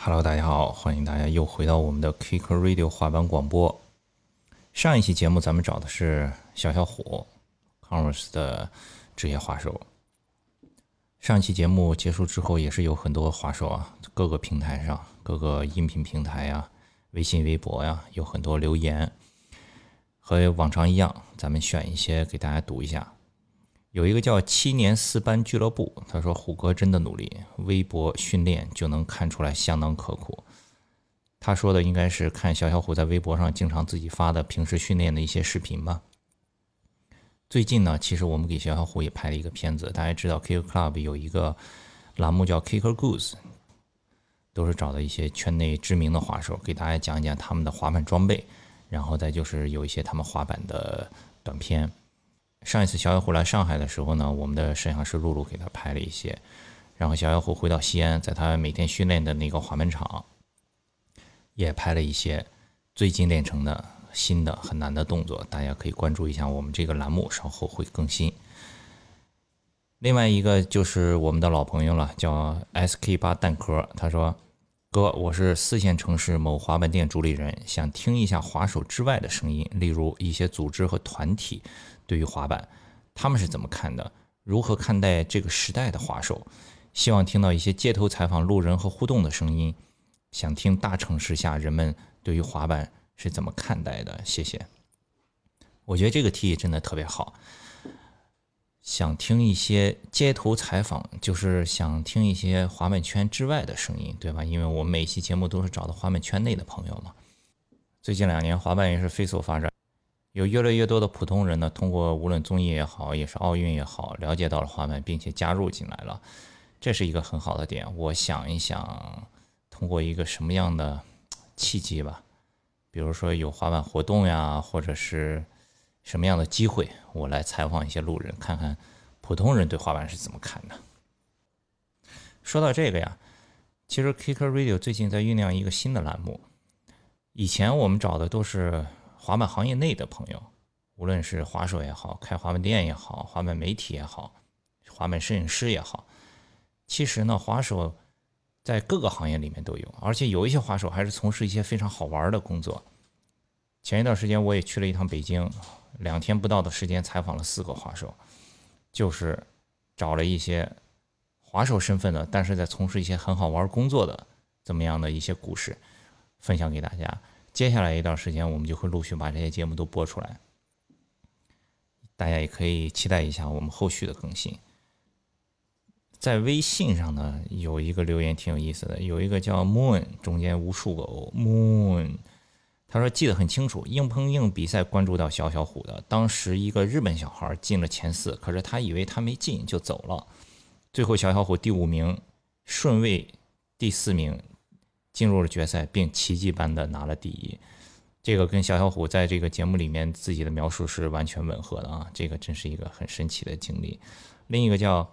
Hello， 大家好，欢迎大家又回到我们的 Kicker Radio 滑板广播。上一期节目咱们找的是小虎 Converse 的职业滑手。上一期节目结束之后，也是有很多滑手啊，各个平台上，各个音频平台呀、微信、微博呀，有很多留言。和往常一样，咱们选一些给大家读一下。有一个叫7年4班俱乐部，他说虎哥真的努力，微博训练就能看出来相当刻苦。他说的应该是看小虎在微博上经常自己发的平时训练的一些视频吧。最近呢，其实我们给小虎也拍了一个片子，大家知道 Kicker Club 有一个栏目叫 Kicker Goose， 都是找的一些圈内知名的滑手，给大家讲一讲他们的滑板装备，然后再就是有一些他们滑板的短片。上一次小虎来上海的时候呢，我们的摄像师露露给他拍了一些，然后小虎回到西安，在他每天训练的那个滑板场也拍了一些最近练成的新的很难的动作，大家可以关注一下我们这个栏目，稍后会更新。另外一个就是我们的老朋友了，叫 SK8 蛋壳，他说哥，我是4线城市某滑板店主理人，想听一下滑手之外的声音，例如一些组织和团体对于滑板他们是怎么看的，如何看待这个时代的滑手，希望听到一些街头采访路人和互动的声音，想听大城市下人们对于滑板是怎么看待的，谢谢。我觉得这个提议真的特别好，想听一些街头采访，就是想听一些滑板圈之外的声音，对吧？因为我们每期节目都是找的滑板圈内的朋友嘛。最近2年滑板也是飞速发展，有越来越多的普通人呢，通过无论综艺也好，也是奥运也好，了解到了滑板，并且加入进来了，这是一个很好的点。我想一想，通过一个什么样的契机吧，比如说有滑板活动呀，或者是什么样的机会，我来采访一些路人，看看普通人对滑板是怎么看的。说到这个呀，其实 Kicker Radio 最近在酝酿一个新的栏目。以前我们找的都是滑板行业内的朋友，无论是滑手也好，开滑板店也好，滑板媒体也好，滑板摄影师也好。其实呢，滑手在各个行业里面都有，而且有一些滑手还是从事一些非常好玩的工作。前一段时间我也去了一趟北京，2天不到的时间采访了4个滑手，就是找了一些滑手身份的，但是在从事一些很好玩工作的这么样的一些故事分享给大家。接下来一段时间我们就会陆续把这些节目都播出来，大家也可以期待一下我们后续的更新。在微信上呢，有一个留言挺有意思的，有一个叫 Moon 中间无数个 Moon， 他说记得很清楚，硬碰硬比赛关注到小虎的，当时一个日本小孩进了前4，可是他以为他没进就走了，最后小虎第5名，顺位第4名进入了决赛，并奇迹般的拿了第1。这个跟小虎在这个节目里面自己的描述是完全吻合的啊，这个真是一个很神奇的经历。另一个叫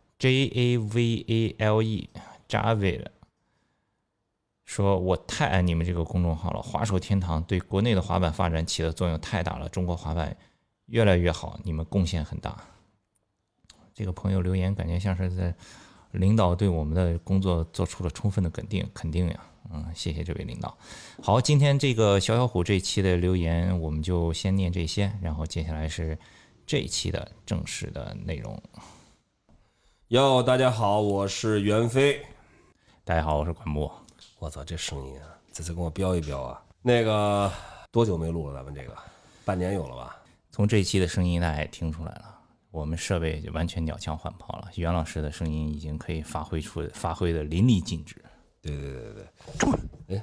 JAVALE Javel 说，我太爱你们这个公众号了，滑手天堂对国内的滑板发展起的作用太大了，中国滑板越来越好，你们贡献很大。这个朋友留言感觉像是在领导对我们的工作做出了充分的肯定呀，谢谢这位领导。好，今天这个小虎这一期的留言我们就先念这些，然后接下来是这一期的正式的内容。 哟，大家好，我是袁飞。 大家好，我是管木。 我操，这声音啊，这次跟我标一标啊。那个多久没录了？咱们这个半年有了吧？ 从这一期的声音大家也听出来了，我们设备就完全鸟枪换炮了，袁老师的声音已经可以发挥的淋漓尽致。 对，哎，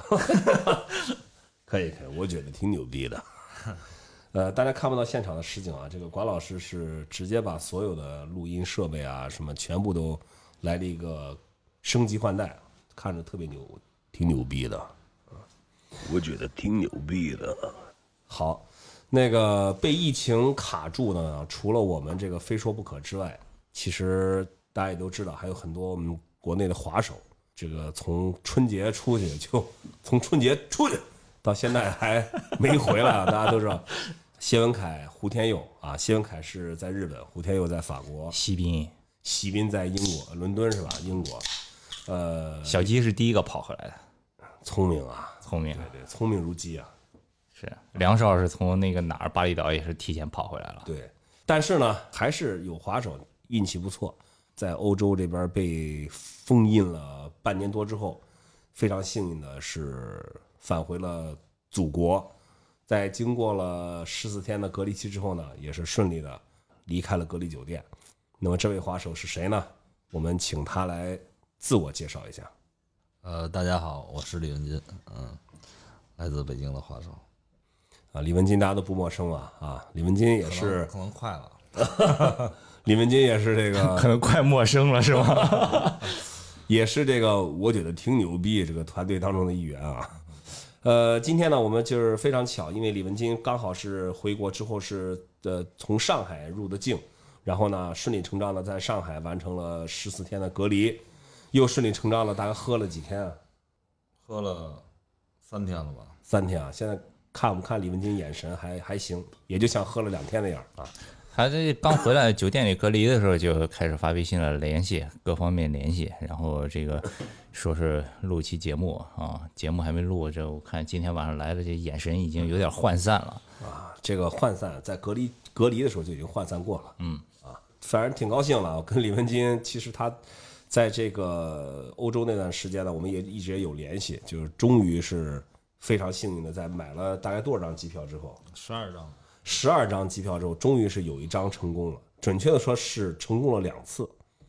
可以，我觉得挺牛逼的。大家看不到现场的实景啊，这个管老师是直接把所有的录音设备啊什么全部都来了一个升级换代，看着特别牛，挺牛逼的。 我觉得挺牛逼的。 好，那个被疫情卡住呢，除了我们这个非说不可之外，其实大家也都知道，还有很多我们国内的滑手，这个从春节出去到现在还没回来啊！大家都知道，谢文凯、胡天佑啊，谢文凯是在日本，胡天佑在法国， 西滨在英国伦敦是吧？英国。 小鸡是第一个跑回来的， 聪明啊， 聪明。 对，聪明如鸡啊。 是梁少是从那个哪儿巴厘岛也是提前跑回来了。 对，但是呢，还是有滑手运气不错，在欧洲这边被封印了半年多之后，非常幸运的是返回了祖国，在经过了14天的隔离期之后呢，也是顺利的离开了隔离酒店。那么这位滑手是谁呢？我们请他来自我介绍一下。 大家好，我是李文金，来自北京的滑手。 李文金大家都不陌生了啊，李文金也是可能快了， 李文金也是这个可能快陌生了是吗？ 也是这个我觉得挺牛逼这个团队当中的一员啊。今天呢，我们就是非常巧，因为李文金刚好是回国之后是从上海入的境，然后呢顺理成章的在上海完成了14天的隔离，又顺理成章的大概喝了几天啊？ 喝了3天了吧 ？3天啊！现在看我们看李文金眼神还行，也就像喝了2天那样啊。 他这刚回来酒店里隔离的时候就开始发微信了，联系各方面联系，然后这个说是录期节目啊，节目还没录，这我看今天晚上来的这眼神已经有点涣散了啊。这个涣散在隔离的时候就已经涣散过了，反正挺高兴了。我跟李文金其实他在这个欧洲那段时间呢，我们也一直有联系，就是终于是非常幸运的，在买了大概多少张机票之后，12张机票之后，终于是有一张成功了。准确的说是成功了2次。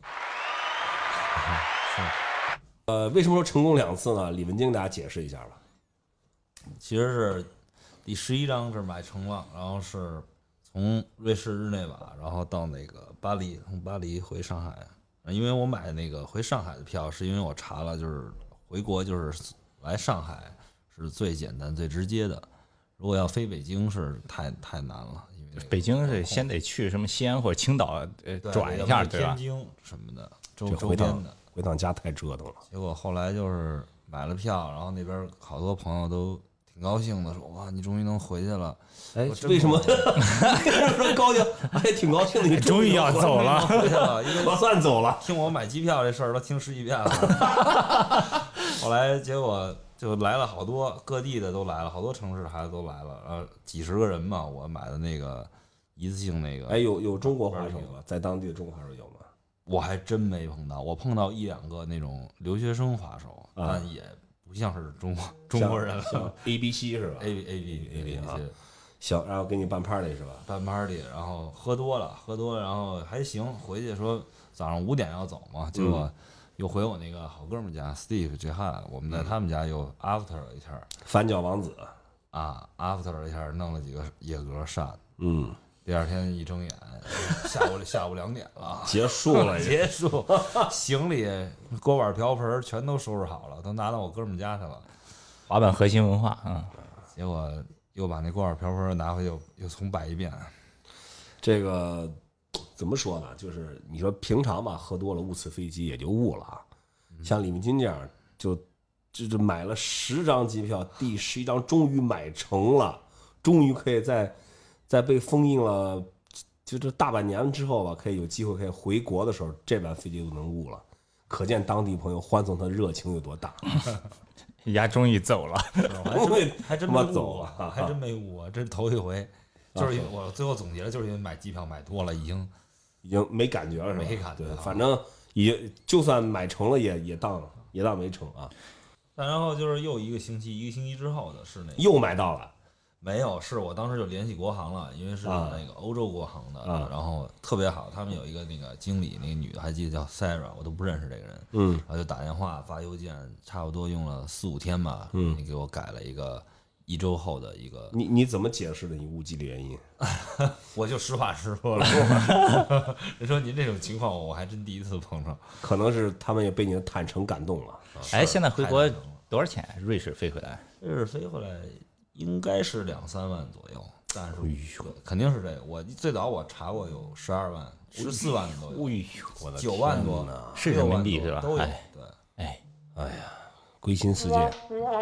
为什么说成功2次呢？李文金给大家解释一下吧。 其实是第11张是买成了，然后是从瑞士日内瓦，然后到那个巴黎，从巴黎回上海。因为我买那个回上海的票，是因为我查了，就是回国就是来上海是最简单最直接的。如果要飞北京是太难了，因为北京是先得去什么西安或者青岛转一下，对吧？ 天津什么的周回边的， 回趟家太折腾了。 结果后来就是买了票，然后那边好多朋友都挺高兴的，说哇，你终于能回去了。 哎，为什么说高兴？哎，挺高兴的，你终于要走了， 回去了，因为我算走了。 听我买机票这事儿都听10几遍了。后来结果就来了好多各地的都来了，好多城市的孩子都来了，几十个人嘛。我买的那个一次性那个， 哎，有中国滑手吗？在当地的中国滑手有吗？ 我还真没碰到，我碰到1、2个那种留学生滑手，但也不像是中国人了。 像 A B C 是吧 ？A B 啊。行，然后给你办 party 是吧？ 办 party，然后喝多了，然后还行。回去说早上5点要走嘛，结果又回我那个好哥们家 Steve 杰汉，我们在他们家又 after 了一下， 翻脚王子啊 after 了一下，弄了几个野格扇，第二天一睁眼，下午2点了， 结束了， 结束，行李锅碗瓢盆全都收拾好了，都拿到我哥们家去了。 滑板核心文化， 结果又把那锅碗瓢盆拿回去又重摆一遍。 这个怎么说呢？就是你说平常吧，喝多了误次飞机也就误了啊。像李文金这样，就买了10张机票，第11张终于买成了，终于可以在被封印了就这大半年之后吧，可以有机会可以回国的时候，这班飞机都能误了，可见当地朋友欢送他热情有多大。 人家终于走了， 还真没走啊， 还真没误啊，这是头一回。就是因为我最后总结了，就是因为买机票买多了，已经没感觉了，是吧？ 没感觉了， 反正也就算买成了，也当没成啊。 然后就是又一个星期之后的是那个又买到了。 没有，是我当时就联系国航了，因为是那个欧洲国航的，然后特别好，他们有一个那个经理，那个女的还记得叫 Sarah， 我都不认识这个人，然后就打电话发邮件，差不多用了4、5天吧，你给我改了一个1周后的一个。 你怎么解释的你误机的原因？ 我就实话实说了。人说您这种情况我还真第一次碰上， 可能是他们也被你的坦诚感动了。 哎，现在回国多少钱？瑞士飞回来？ 瑞士飞回来应该是2、3万左右，但是肯定是这个。我最早我查过有12万、14万的都有， 我的 9万多呢， 是人民币是吧？ 都有。对， 哎呀，归心似箭。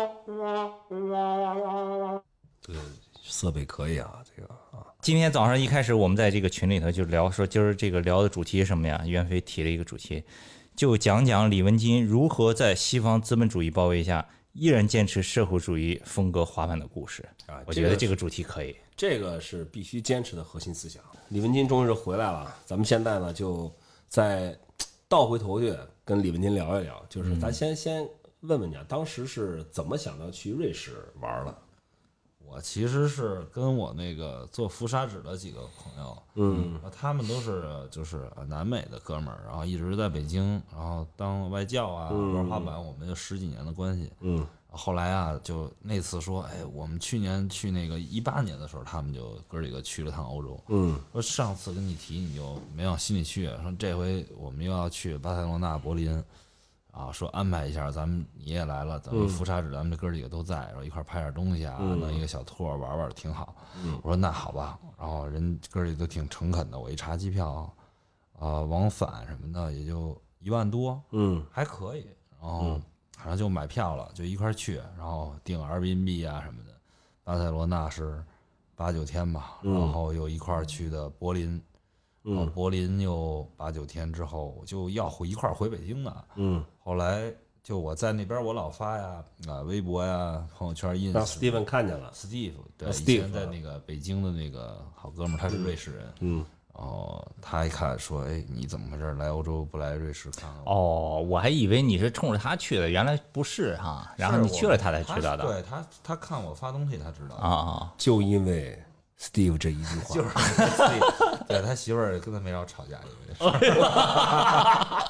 这个设备可以啊，这个啊。 今天早上一开始我们在这个群里头就聊说，今儿这个聊的主题是什么呀？袁飞提了一个主题， 就讲讲李文金如何在西方资本主义包围下，依然坚持社会主义风格滑板的故事。我觉得这个主题可以， 这个是必须坚持的核心思想。李文金终于是回来了，咱们现在呢就再倒回头去跟李文金聊一聊，就是咱先问问你啊，当时是怎么想到去瑞士玩的？ 我其实是跟我那个做浮砂纸的几个朋友，他们都是就是南美的哥们儿，然后一直在北京，然后当外教啊，玩滑板，我们就10几年的关系。后来啊，就那次说，哎，我们去年去那个18年的时候，他们就哥几个去了趟欧洲。说上次跟你提你就没往心里去，说这回我们又要去巴塞罗那、柏林。说安排一下，咱们你也来了，等于浮砂纸咱们这哥几个都在，然后一块拍点东西啊，弄一个小托玩玩挺好。我说那好吧，然后人哥几个都挺诚恳的，我一查机票，往返什么的也就1万多，还可以。然后反正就买票了，就一块去，然后订 Airbnb 啊什么的。巴塞罗那是8、9天吧，然后又一块去的柏林。然后柏林又8、9天之后，我就要一块回北京了。后来就我在那边，我老发呀，微博呀、朋友圈、ins， 让 Steven 看见了。 Steve 对，以 Steve 前在那个北京的那个好哥们儿，他是瑞士人。然后他一看说：“哎，你怎么回事？来欧洲不来瑞士看看？” 我还以为你是冲着他去的，原来不是哈。然后你去了，他才知道的。 对他看我发东西，他知道啊。 就因为 Steve 这一句话， 就是 Steve， 对他媳妇儿跟他没少吵架，因为这事儿。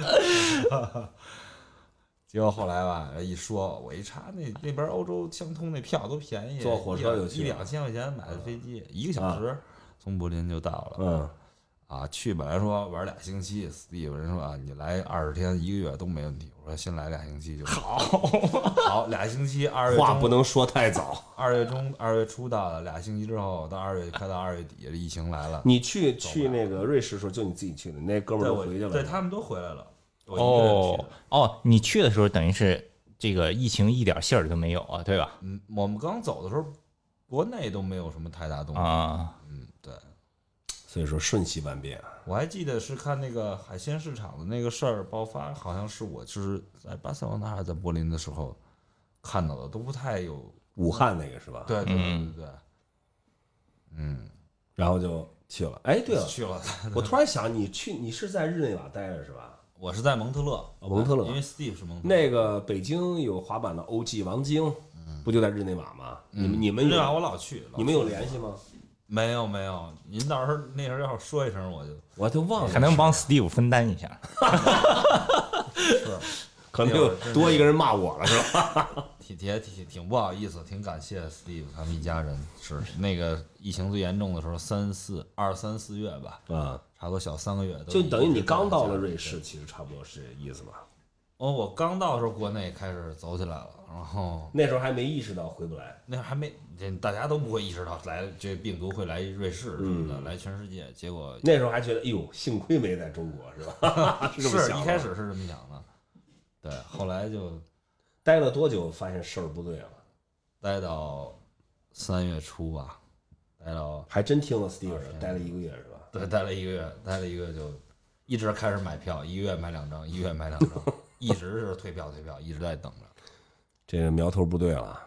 结果后来吧，一说，我一查那边欧洲相通那票都便宜， 坐火车就去 1、2千块钱买的飞机，1个小时从柏林就到了。去本来说玩2星期，Steve 人说你来20天1个月都没问题。我说先来2星期就好，2星期2月中话不能说太早。 2月中2月初到了，2星期之后到2月开到2月底，这疫情来了。 你去那个瑞士的时候，就你自己去的，那哥们儿都回去了。 对，他们都回来了。 你去的时候等于是这个疫情一点信儿都没有啊，对吧？ 我们刚走的时候，国内都没有什么太大动静对。 所以说瞬息万变。 我还记得是看那个海鲜市场的那个事儿爆发，好像是我就是在巴塞罗那还是在柏林的时候看到的，都不太有。 武汉那个是吧？ 对。 然后就去了。哎，对了， 去了。 我突然想，你是在日内瓦待着是吧？ 我是在蒙特勒。 蒙特勒， 因为 Steve 是蒙特勒。 那个北京有滑板的 OG 王晶，不就在日内瓦吗？你们日内瓦我老去。 你们有联系吗？ 没有，您到时候那时候要是说一声， 我就忘了， 还能帮 Steve 分担一下。 是， 可能又多一个人骂我了，是吧？ 挺不好意思，挺感谢 Steve 他们一家人。是那个疫情最严重的时候，2、3、4月吧，差不多小3个月， 就等于你刚到了瑞士，其实差不多是这意思吧？ 我刚到的时候，国内开始走起来了，然后那时候还没意识到回不来， 那还没，大家都不会意识到这病毒会来瑞士什么的，来全世界。结果那时候还觉得，哎呦，幸亏没在中国，是吧？是这么想的。 一开始是这么想的，对，后来就待了多久，发现事儿不对了？ 待到3月初吧，待到还真听了 Steve 待了1个月，是吧？ 对，待了1个月就一直开始买票，1个月买2张，1个月买2张。一直是退票，一直在等着。 这个苗头不对了。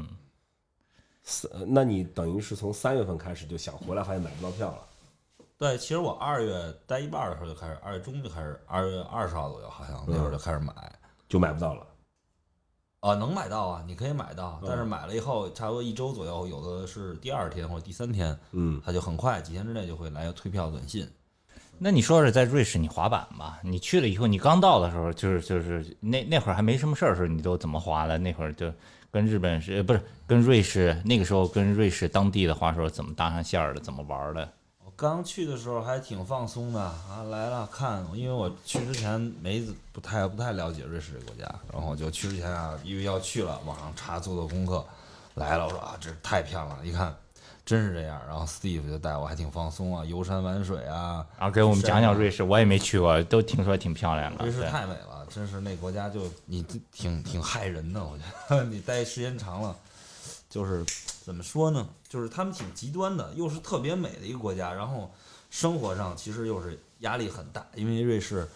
那你等于是从3月份开始就想回来，发现买不到票了。 对，其实我2月待一半的时候就开始，2月中就开始，2月20号左右好像那会儿就开始买， 就买不到了。 能买到啊，你可以买到，但是买了以后差不多1周左右，有的是第2天或者第3天，它就很快几天之内就会来退票短信。 那你说是在瑞士你滑板吧？你去了以后，你刚到的时候，就是那会儿还没什么事儿的时候，你都怎么滑的？那会儿就跟日本不是跟瑞士那个时候跟瑞士当地的滑手怎么搭上线儿的，怎么玩的？ 我刚去的时候还挺放松的来了看，因为我去之前不太了解瑞士这个国家，然后就去之前因为要去了，网上查做功课，来了我说这太漂亮了，一看。真是这样，然后 Steve 就带我，还挺放松游山玩水然后给我们讲讲瑞士，我也没去过，都听说挺漂亮的。 瑞士太美了，真是那国家就你挺害人的，我觉得你待时间长了，就是怎么说呢，就是他们挺极端的，又是特别美的一个国家，然后生活上其实又是压力很大，因为瑞士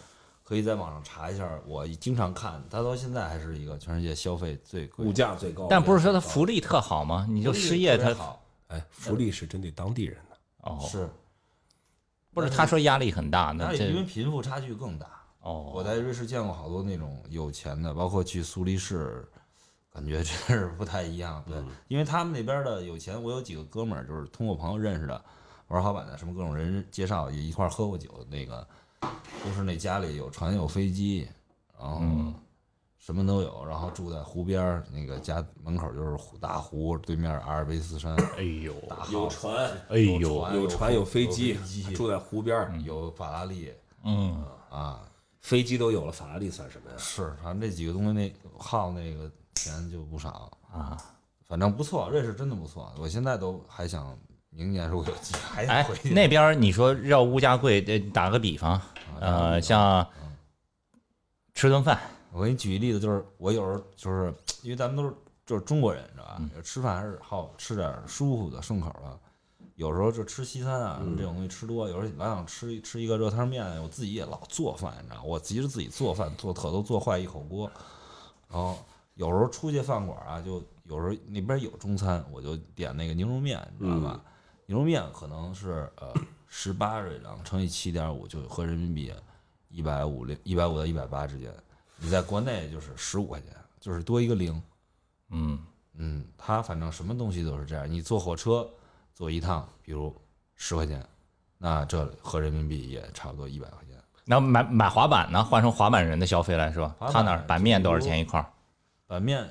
可以在网上查一下，我经常看，它到现在还是一个全世界消费最贵， 物价最高。 但不是说它福利特好吗？你就失业它好， 哎，福利是针对当地人的。 哦， 是不是他说压力很大，那因为这贫富差距更大。 哦， 我在瑞士见过好多那种有钱的，包括去苏黎世，感觉真是不太一样。对，因为他们那边的有钱，我有几个哥们儿就是通过朋友认识的，玩滑板的，什么各种人介绍，也一块儿喝过酒，那个都是那家里有船有飞机，然后什么都有，然后住在湖边儿，那个家门口就是大湖，对面阿尔卑斯山， 哎呦， 有船， 哎呦， 有船有飞机，住在湖边儿， 有法拉利嗯， 飞机都有了，法拉利算什么呀？ 是，反正这几个东西那耗那个钱就不少啊， 反正不错，瑞士真的不错，我现在都还想明年如果有机会还哎想回去。 那边你说要物价贵，打个比方，像吃顿饭， 我给你举一例子，就是我有时候就是因为咱们都是就是中国人，知道吧？吃饭还是好吃点舒服的、顺口的。有时候就吃西餐啊，什么这种东西吃多，有时候老想吃一个热汤面。我自己也老做饭，你知道，我其实自己做饭可都做坏一口锅。然后有时候出去饭馆啊，就有时候那边有中餐，我就点那个牛肉面，你知道吧？牛肉面可能是18瑞郎乘以7.5，就合人民币150到180之间。你在国内就是15块钱，就是多一个零。它反正什么东西都是这样。你坐火车坐一趟，比如10块钱，那这合人民币也差不多100块钱。 然后买滑板呢，换成滑板人的消费来说， 滑板他那儿板面多少钱一块儿？ 板面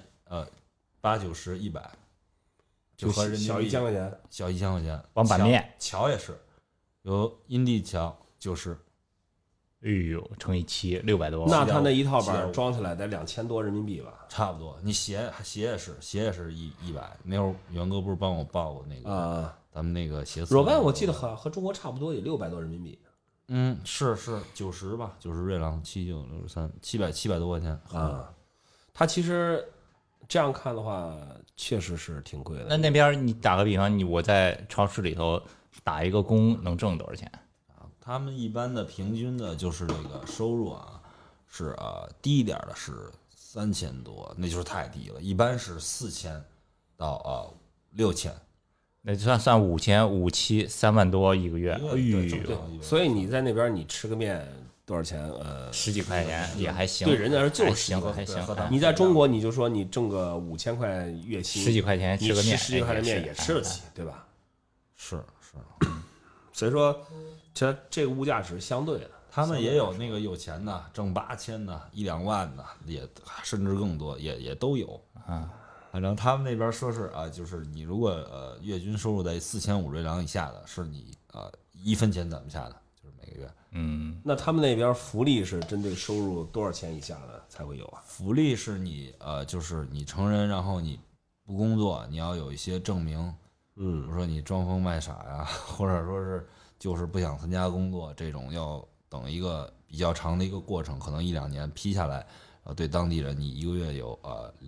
8、90、100，就合人民币小1000块钱， 小1000块钱。 光板面桥也是，有阴地桥90。 哎呦，乘以7，600多。 那他那一套板装起来得2000多人民币吧？ 差不多。你鞋也是100。那会儿元哥不是帮我报过那个咱们那个鞋子。 若干我记得和中国差不多，也600多人民币。 是90吧，90瑞郎，7963，700多块钱啊。他其实这样看的话，确实是挺贵的。 那边你打个比方，我在超市里头打一个工能挣多少钱？ 他们一般的平均的就是这个收入啊，是低一点的是3000多，那就是太低了。一般是4000到6000， 那就算5000、57、3万多一个月。哎呦， 所以你在那边你吃个面多少钱？ 十几块钱也还行。 对人家来说就是行，还行。 你在中国，你就说你挣个5000块月薪， 十几块钱吃个面， 十几块的面也吃得起，对吧？ 是。 所以说，这个物价只是相对的。 他们也有那个有钱的，挣8000的，1、2万的，也甚至更多，也都有啊。反正他们那边说是就是你如果月均收入在4500瑞郎以下的，是你1分钱攒不下的，就是每个月。 那他们那边福利是针对收入多少钱以下的才会有啊？ 福利是你就是你成人，然后你不工作，你要有一些证明，比如说你装疯卖傻呀，或者说是就是不想参加工作，这种要等一个比较长的一个过程，可能1、2年批下来，对当地人你一个月有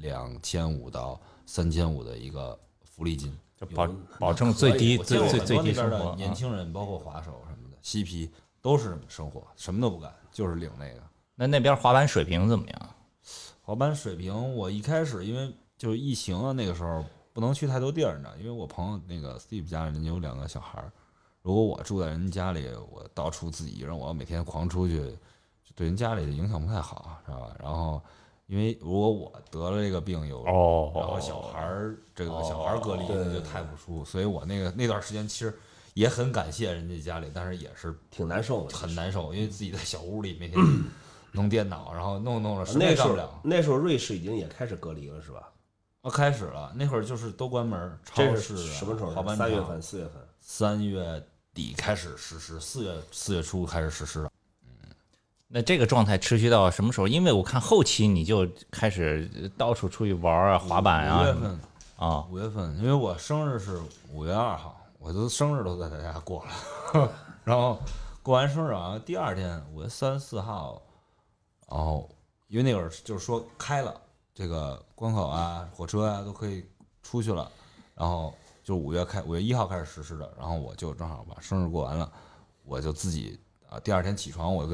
2500到3500的一个福利金， 就保证最低最低生的活。 年轻人，包括滑手什么的，嬉皮都是生活，什么都不干，就是领那个。 那边滑板水平怎么样？ 滑板水平，我一开始因为就是疫情啊，那个时候不能去太多地儿呢，因为我朋友那个 Steve 家人有2个小孩儿，如果我住在人家里，我到处自己一个人，我要每天狂出去，就对人家里的影响不太好，知道吧？然后因为如果我得了这个病然后小孩隔离，那就太不舒服，所以我那段时间其实也很感谢人家家里，但是也是挺难受的， 很难受，因为自己在小屋里每天弄电脑，然后弄了什么也干不了。 那时候瑞士已经也开始隔离了，是吧？ 开始了，那会儿就是都关门，超市什么时候？ 滑板 3月份、4月份 ，3月底开始实施，4月初开始实施了。 那这个状态持续到什么时候？因为我看后期你就开始到处出去玩啊，滑板啊。 5月份啊 ，5月份，因为我生日是5月2号，我都生日都在他家过了，然后过完生日啊，第2天5月3、4号，然后因为那会儿就是说开了这个关口啊、火车啊都可以出去了，然后就5月1号开始实施的，然后我就正好把生日过完了，我就自己第2天起床，我跟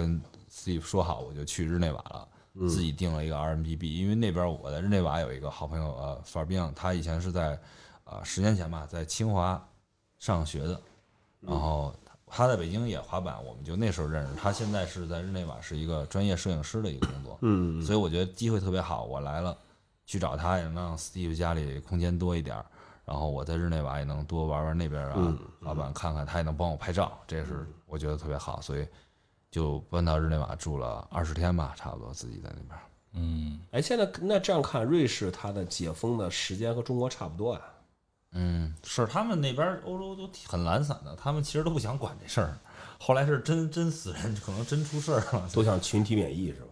Steve 说好，我就去日内瓦了，自己订了一个 RMB，因为那边我在日内瓦有一个好朋友法尔比昂，他以前是在10年前吧，在清华上学的，然后他在北京也滑板，我们就那时候认识。他现在是在日内瓦是一个专业摄影师的一个工作，所以我觉得机会特别好，我来了去找他，也能让 Steve 家里空间多一点，然后我在日内瓦也能多玩玩那边滑板，看看，他也能帮我拍照，这是我觉得特别好，所以就搬到日内瓦住了20天吧，差不多自己在那边。 哎，现在那这样看，瑞士它的解封的时间和中国差不多啊。 是他们那边欧洲都很懒散的，他们其实都不想管这事儿。后来是真死人，可能真出事儿了， 都想群体免疫是吧？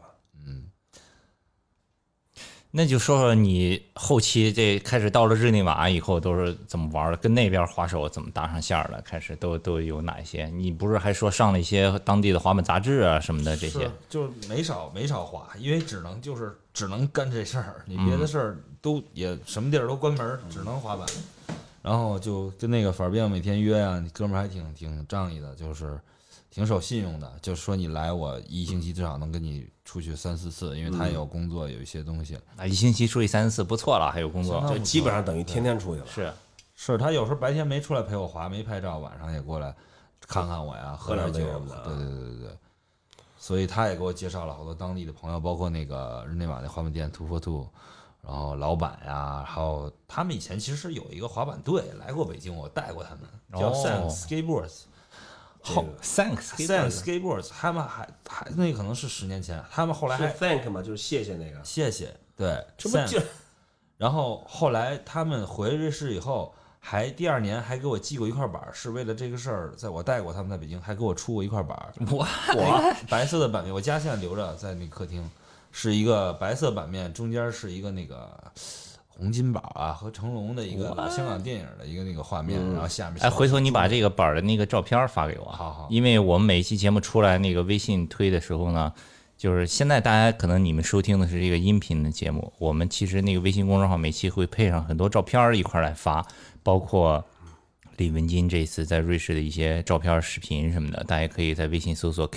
那就说说你后期这开始到了日内瓦以后都是怎么玩的，跟那边滑手怎么搭上线了？开始都有哪些？你不是还说上了一些当地的滑板杂志啊什么的这些？ 是就是没少滑，因为只能干这事儿，你别的事儿都也什么地儿都关门，只能滑板。然后就跟那个法尔比昂每天约啊，你哥们儿还挺仗义的，就是挺守信用的，就是说你来我一星期至少能跟你出去3-4次，因为他也有工作，有一些东西。 一星期出去3-4次不错了，还有工作， 就基本上等于天天出去了。 是他有时候白天没出来陪我滑，没拍照，晚上也过来看看我呀，喝点酒什么的。 对。所以他也给我介绍了好多当地的朋友，包括那个日内瓦那滑板店 242，然后老板呀，还有他们以前其实是有一个滑板队来过北京，我带过他们，叫 Thanks Skateboards。 Thanks Skateboards， 他们还那可能是10年前，他们后来还 thank 嘛，就是谢谢那个。 谢谢，对， 这不就然后后来他们回瑞士以后，还第2年还给我寄过一块板，是为了这个事儿，在我带过他们在北京，还给我出过一块板，白色的版面，我家现在留着在那客厅，是一个白色版面，中间是一个那个洪金宝啊和成龙的一个香港电影的一个那个画面，然后下面回头你把这个板的那个照片发给我， 好， 因为我们每一期节目出来那个微信推的时候呢，就是现在大家可能你们收听的是这个音频的节目，我们其实那个微信公众号每期会配上很多照片一块来发，包括李文金这次在瑞士的一些照片、视频什么的，大家可以在微信搜索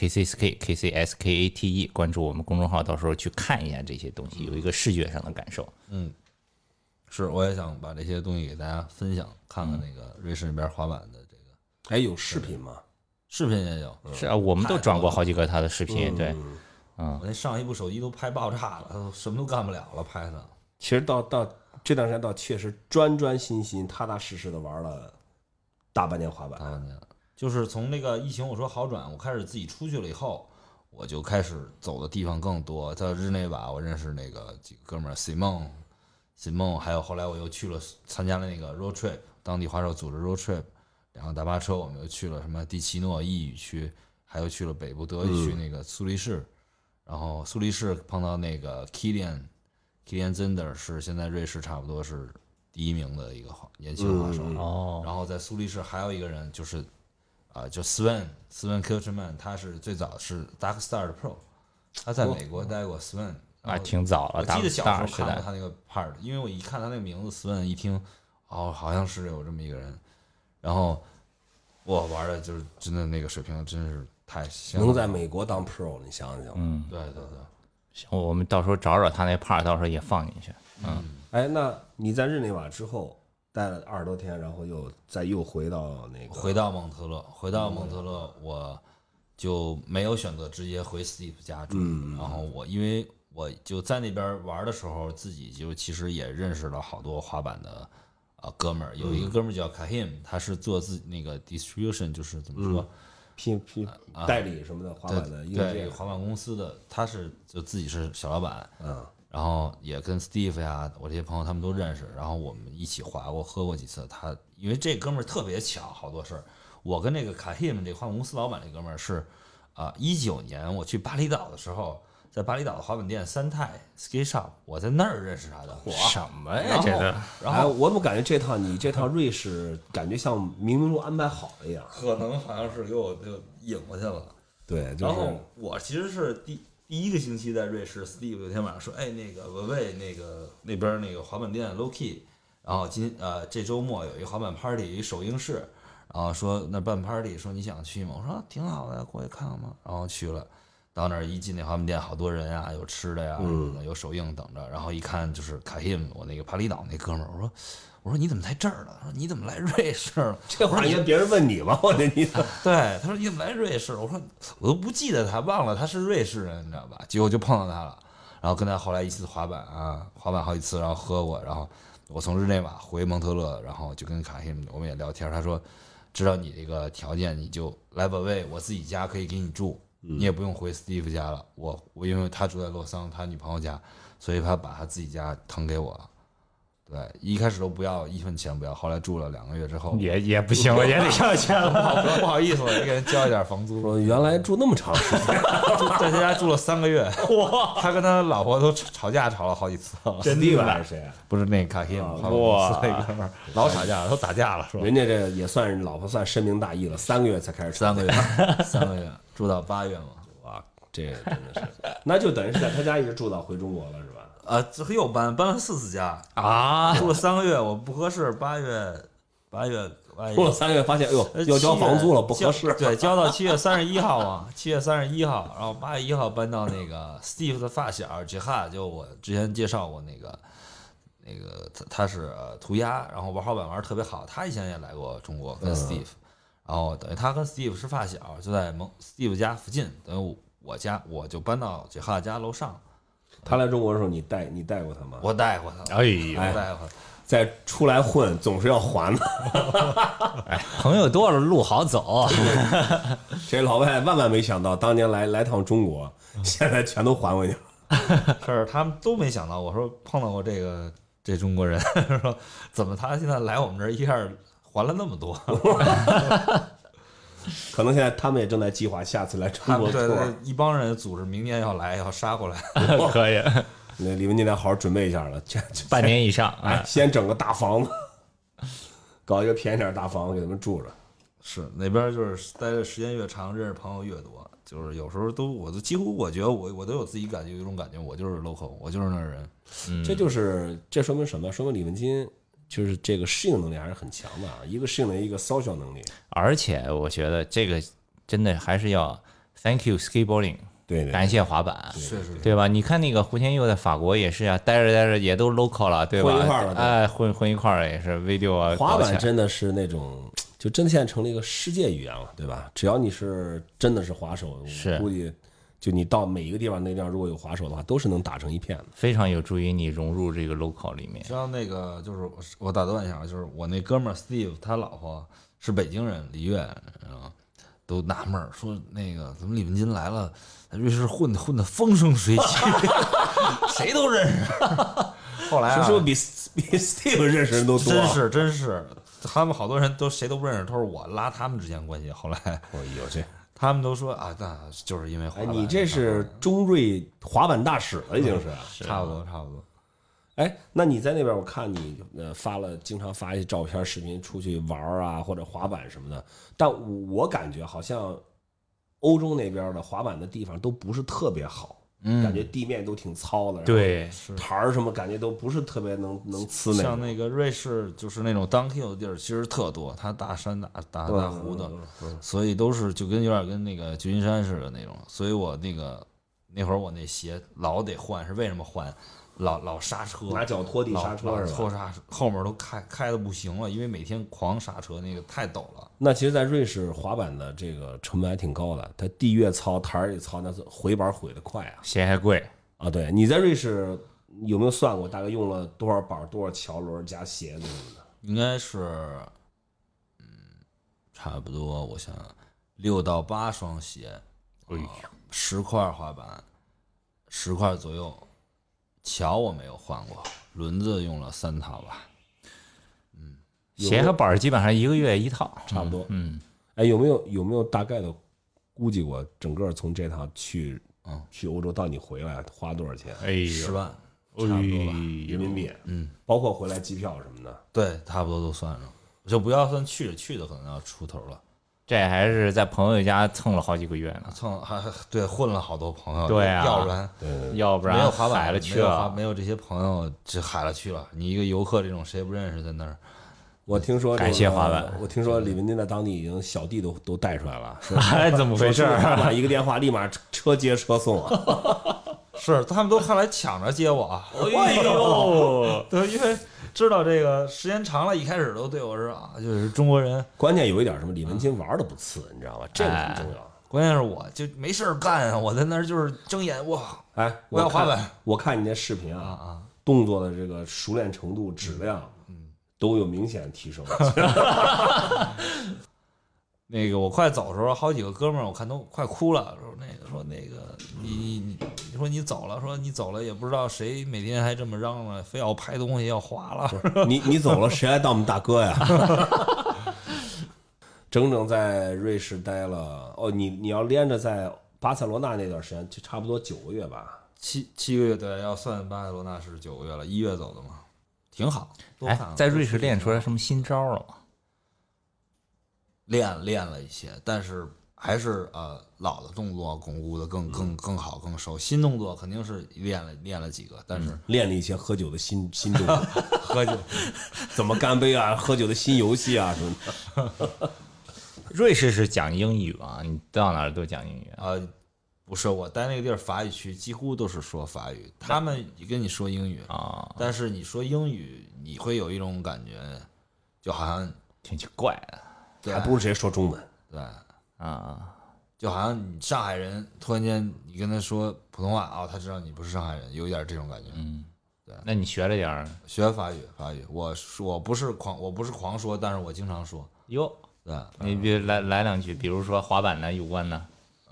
KCSKATE 关注我们公众号，到时候去看一下这些东西，有一个视觉上的感受。 是，我也想把这些东西给大家分享，看看那个瑞士那边滑板的这个。 哎，有视频吗？ 视频也有， 是啊，我们都转过好几个他的视频，对。 我那上一部手机都拍爆炸了，什么都干不了了，拍的。 其实到这段时间倒确实专心、踏踏实实的玩了大半年滑板。 就是从那个疫情我说好转，我开始自己出去了以后，我就开始走的地方更多。在日内瓦，我认识那个几个哥们儿 Simon， 还有后来我又去了参加了那个 road trip， 当地滑手组织 road trip， 2个大巴车，我们又去了什么蒂奇诺意语区，还有去了北部德语区那个苏黎世。然后苏黎世碰到那个 Kilian Zender， 是现在瑞士差不多是第1名的一个年轻滑手。然后在苏黎世还有一个人就是就 Sven Kilcherman， 他是最早是 Darkstar 的 Pro， 他在美国待过 Sven。 挺早了。 我记得小时候看过他那个 part， 因为我一看他那个名字 Sven， 一听好像是有这么一个人。然后我玩的就是真的那个水平真是太香了， 能在美国当 Pro， 你想想。 对。 行，我们到时候找他那 part， 到时候也放进去。 哎，那你在日内瓦之后待了20多天，然后又回到回到蒙特勒，我就没有选择直接回 Steve 家住。然后因为我就在那边玩的时候，自己就其实也认识了好多滑板的哥们儿，有一个哥们儿叫 Kahim， 他是做自己那个 distribution， 就是怎么说， 代理什么的滑板的硬件滑板公司的，他就自己是小老板，然后也跟 Steve 呀，我这些朋友他们都认识，然后我们一起滑过喝过几次。因为这哥们儿特别巧，好多事儿。我跟那个 Kahim 这滑板公司老板这哥们儿是19年我去巴厘岛的时候，在巴厘岛的滑板店三泰 Skate Shop， 我在那儿认识他的。 什么呀？这个？ 然后我怎么感觉你这趟瑞士感觉像冥冥中安排好了一样？ 可能好像是给我就引过去了。 对， 然后我其实是第1个星期在瑞士 ，Steve 有天晚上说，哎，那个维维那边那个滑板店 Low Key， 然后这周末有一个滑板 party， 一首映式，然后说那办 party， 说你想去吗？我说挺好的，过去看看嘛。然后去了。 到那儿一进那滑板店，好多人啊，有吃的呀，有手印等着。然后一看就是卡希姆，我那个帕里岛那哥们儿，我说你怎么在这儿了？他说你怎么来瑞士了？ 这话应该别人问你吧？我的意思。 对，他说你怎么来瑞士？我说我都不记得他，忘了他是瑞士人，你知道吧？结果就碰到他了，然后跟他后来一次滑板好几次，然后喝过，然后我从日内瓦回蒙特勒，然后就跟卡希姆我们也聊天，他说知道你这个条件，你就来本位，我自己家可以给你住，你也不用回 Steve 家了。我因为他住在洛桑，他女朋友家，所以他把他自己家腾给我。对，一开始都不要1分钱不要，后来住了2个月之后， 也不行了，也得要钱了。 不好意思，我给人交一点房租。 说原来住那么长时间， 在他家住了3个月，他跟他老婆都吵架吵了好几次。 真的还是谁啊？ 不是那卡希姆， 哇， 那哥们儿老吵架，都打架了，是吧？ 人家这也算老婆算深明大义了，3个月才开始 3个月，3个月住到8月嘛。 哇，这真的是，那就等于是在他家一直住到回中国了，是吧？ 这又搬了4次家啊， 住了3个月，我不合适。8月住了3个月，发现哎呦要交房租了，不合适。 对，交到7月31号嘛，7月31号，然后8月1号搬到那个 Steve 的发小杰哈，就我之前介绍过那个他是涂鸦，然后玩滑板玩得特别好，他以前也来过中国跟 Steve，然后等于他跟 Steve 是发小，就在Steve 家附近，等于我就搬到杰哈家楼上。 他来中国的时候，你带过他吗？ 我带过他， 哎呦， 我带过他。 在出来混总是要还的， 哎，朋友多了路好走。 这老外万万没想到，当年来趟中国，现在全都还回去了。 是他们都没想到，我说碰到过这中国人，说怎么他现在来我们这儿一下还了那么多。 可能现在他们也正在计划下次来中国对托。 一帮人组织明年要杀过来。 可以， 那李文今天好好准备一下了， 半年以上， 哎，先整个大房子，搞一个便宜点大房子给他们住着。 是那边就是待的时间越长，认识朋友越多，就是有时候我都几乎我觉得我都有自己感觉，有一种感觉，我就是 local， 我就是那儿人。 这说明什么？说明李文金就是这个适应能力还是很强的啊，一个适应能力，一个 social 能力。 而且我觉得这个真的还是要 thank you skateboarding， 对， 感谢滑板， 是对吧？你看那个胡天佑在法国也是啊，待着也都 local 了，对吧？ 混一块儿了， 哎，混一块儿也是 video 啊。 滑板真的是那种，就真的现在成了一个世界语言了，对吧？只要你是真的是滑手， 是我估计就你到每一个地方，那地方如果有滑手的话，都是能打成一片的。 非常有助于你融入这个 local 里面。 像那个就是我打断一下，就是我那哥们儿 Steve 他老婆是北京人，李悦，都纳闷儿说那个怎么李文金来了，在瑞士混得风生水起，谁都认识。后来是不是比 Steve 认识人都多？ 真是，他们好多人都谁都不认识，都是我拉他们之间关系。后来， 哎呦这。 他们都说啊，那就是因为滑板。 你这是中瑞滑板大使了，已经是差不多。 哎，那你在那边，我看你经常发一些照片、视频，出去玩啊，或者滑板什么的。但我感觉好像欧洲那边的滑板的地方都不是特别好，感觉地面都挺糙的， 对， 台儿什么感觉都不是特别能呲那种。 像那个瑞士就是那种 downhill 的地儿，其实特多，它大山大湖的，所以都是就有点跟那个旧金山似的那种。所以我那会儿我那鞋老得换，是为什么换？老刹车， 拿脚拖地刹车是吧？ 拖刹车后面都开的不行了，因为每天狂刹车，那个太陡了。 那其实，在瑞士滑板的这个成本还挺高的，它地越糙，台儿越糙，那是回板毁得快啊。 鞋还贵啊。对，你在瑞士有没有算过大概用了多少板、多少桥轮加鞋子什么的？ 应该是，差不多，我想6到8双鞋，10块滑板，10块左右。桥我没有换过，轮子用了3套吧。 鞋和板基本上1个月1套， 差不多。哎，有没有大概的估计过整个从这趟去欧洲到你回来花多少钱？ 哎呦 ，10万，差不多吧， 人民币。包括回来机票什么的。 对，差不多都算上，就不要算去的可能要出头了。 这还是在朋友家蹭了好几个月呢， 对，混了好多朋友， 对啊， 要不然没有滑板海了去了， 没有这些朋友，这海了去了。你一个游客这种谁也不认识，在那儿， 我听说感谢滑板。 我听说李文金在当地已经小弟都带出来了， 哎，怎么回事？ 打一个电话，立马车接车送啊！ 是他们都后来抢着接我， 哎呦， 对，因为知道这个时间长了，一开始都对我是啊，就是中国人。 关键有一点什么，李文金玩的不次，你知道吧？这个很重要。 关键是我就没事儿干啊，我在那儿就是睁眼哇， 哎， 我要滑板。 我看你那视频啊，动作的这个熟练程度、质量，都有明显提升。 那个我快走的时候，好几个哥们儿我看都快哭了，说那个你说你走了，说你走了也不知道谁每天还这么嚷嚷，非要拍东西要滑了。 你走了，谁来当我们大哥呀？整整在瑞士待了你要连着在巴塞罗那那段时间，就差不多9个月吧。 七个月，对，要算巴塞罗那是9个月了，1月走的嘛，挺好。 哎，在瑞士练出来什么新招了吗？ 练了一些，但是还是老的动作巩固的更好更熟，新动作肯定是练了几个，但是练了一些喝酒的新动作， 喝酒怎么干杯啊，喝酒的新游戏啊什么的。 瑞士是讲英语吗？你到哪儿都讲英语不是，我待那个地儿法语区几乎都是说法语，他们跟你说英语啊， 但是你说英语，你会有一种感觉，就好像挺奇怪的， 还不如直接说中文。 对啊， 就好像你上海人突然间你跟他说普通话他知道你不是上海人，有一点这种感觉。 对。那你学了点儿？ 学法语，我不是狂说，但是我经常说。 哟， 对， 你别来两句，比如说滑板的有关的。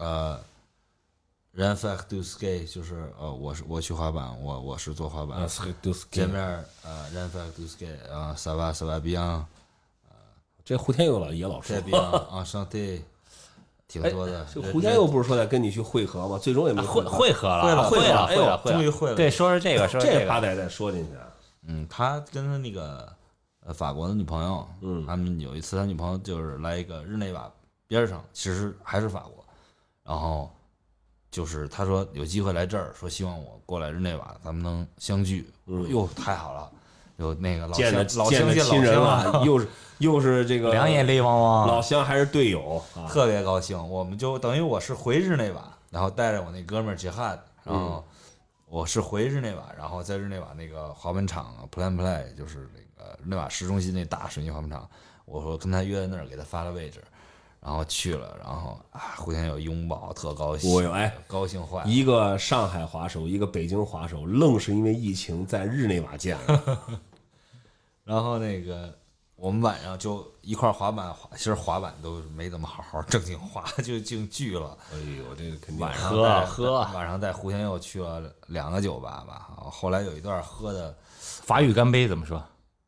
人 fact do ski 就是我去滑板，我是做滑板。见面人 fact do ski ça va bien。 这胡天佑也老说。 上对，挺多的。 胡天佑不是说在跟你去会合吗？最终也没会合了， 会了， 终于会了。 对，说这个， 这怕得再说进去。 他跟他那个法国的女朋友，他们有一次他女朋友就是来一个日内瓦边上，其实还是法国，然后就是他说有机会来这儿，说希望我过来日内瓦，咱们能相聚。哟，太好了，有那个见着亲人了，又是这个两眼泪汪汪， 老乡还是队友， 特别高兴。我们就等于我是回日内瓦，然后带着我那哥们儿Jihad，然后我是回日内瓦，然后在日内瓦那个滑板场 Play 就是那个日内瓦市中心那大水泥滑板场，我说跟他约在那儿，给他发了位置，然后去了，然后互相有拥抱，特高兴。高兴坏了。 一个上海滑手，一个北京滑手，愣是因为疫情在日内瓦见了。 然后那个我们晚上就一块滑板，其实滑板都没怎么好好正经滑，就净聚了。 哎呦，这个肯定晚上晚上带胡天佑去了2个酒吧吧，后来有一段喝的法语干杯怎么说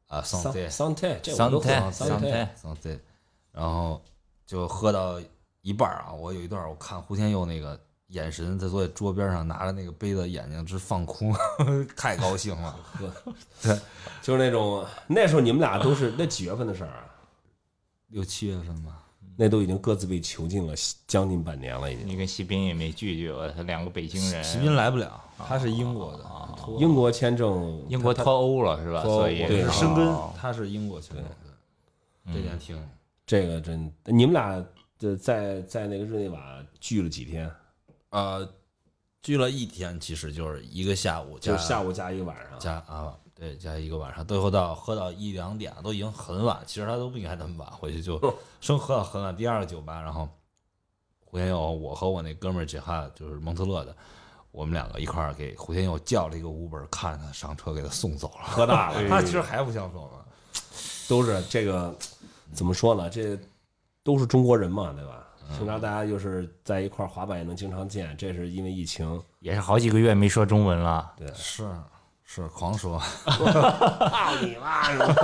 ？Santé， 然后就喝到一半我有一段我看胡天佑那个眼神，他坐在桌边上拿着那个杯子，眼睛直放空，太高兴了。 对，就是那种那时候你们俩都是那几月份的事儿啊 ？6、7月份吧。 那都已经各自被囚禁了将近半年了，已经。 你跟席斌也没聚我，他2个北京人。 席斌来不了，他是英国的， 英国签证， 英国脱欧了是吧？所以对申根，他是英国签证。这点挺这个真，你们俩在那个日内瓦聚了几天？ 聚了1天，其实就是一个下午， 就是下午加一个晚上， 加一个晚上，最后喝到1、2点，都已经很晚。其实他都不应该那么晚回去，就喝到很晚。第2个酒吧，然后胡天佑，我和我那哥们儿Jihad，就是蒙特勒的，我们2个一块儿给胡天佑叫了一个Uber，看他上车给他送走了。 喝大了， 他其实还不想走呢。 都是这个怎么说呢？这都是中国人嘛，对吧？平常大家就是在一块滑板也能经常见，这是因为疫情， 也是好几个月没说中文了。 对， 是狂说， 操你妈！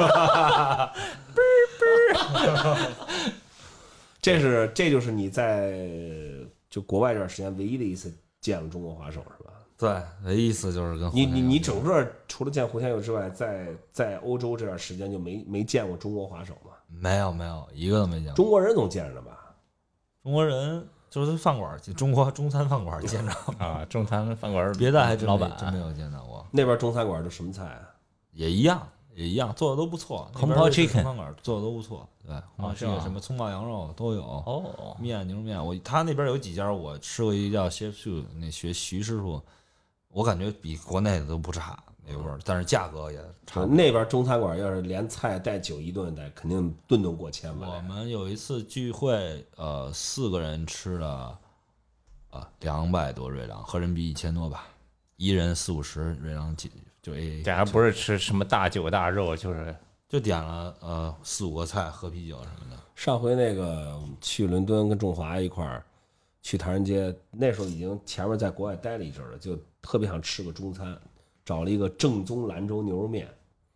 这就是你在就国外这段时间唯一的一次见了中国滑手是吧？ 对，唯一一次就是跟你整个除了见胡天佑之外，在欧洲这段时间就没见过中国滑手吗？ 没有，一个都没见过。 中国人总见着吧？ 中国人就是饭馆，中国中餐饭馆见着啊，中餐饭馆， 别的还真老板真没有见到过。 那边中餐馆都什么菜啊？ 也一样， 也一样，做的都不错。 空泡 chicken 饭馆做的都不错，对，空泡是吗 chicken 什么葱爆羊肉都有。 哦， 面牛肉面，他那边有几家我吃过，一个叫 Chef Shu， 那徐师傅，我感觉比国内的都不差那个味儿，但是价格也差不多。 那边中餐馆要是连菜带酒一顿带，肯定顿顿过千吧。 我们有一次聚会，4个人吃了200多瑞郎，合人民币1000多吧，一人40-50瑞郎就 AA， 这还不是吃什么大酒大肉， 就点了4-5个菜，喝啤酒什么的。 上回那个去伦敦跟仲华一块儿去唐人街，那时候已经前面在国外待了一阵了，就特别想吃个中餐，找了一个正宗兰州牛肉面，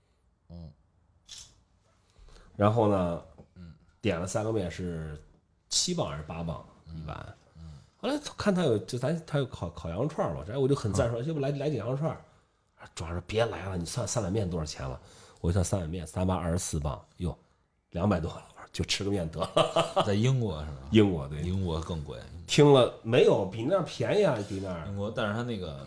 然后呢，点了3个面是7磅还是8磅一碗，后来看他有他有烤羊肉串嘛，然后我就很赞说，要不来几羊肉串，主要是别来了，你算3碗面多少钱了？我一算3碗面3磅24磅，哟，200多了，就吃个面得了。 在英国是吧？ 英国对， 英国更贵。 听了没有？比那儿便宜啊，比那儿英国，但是它那个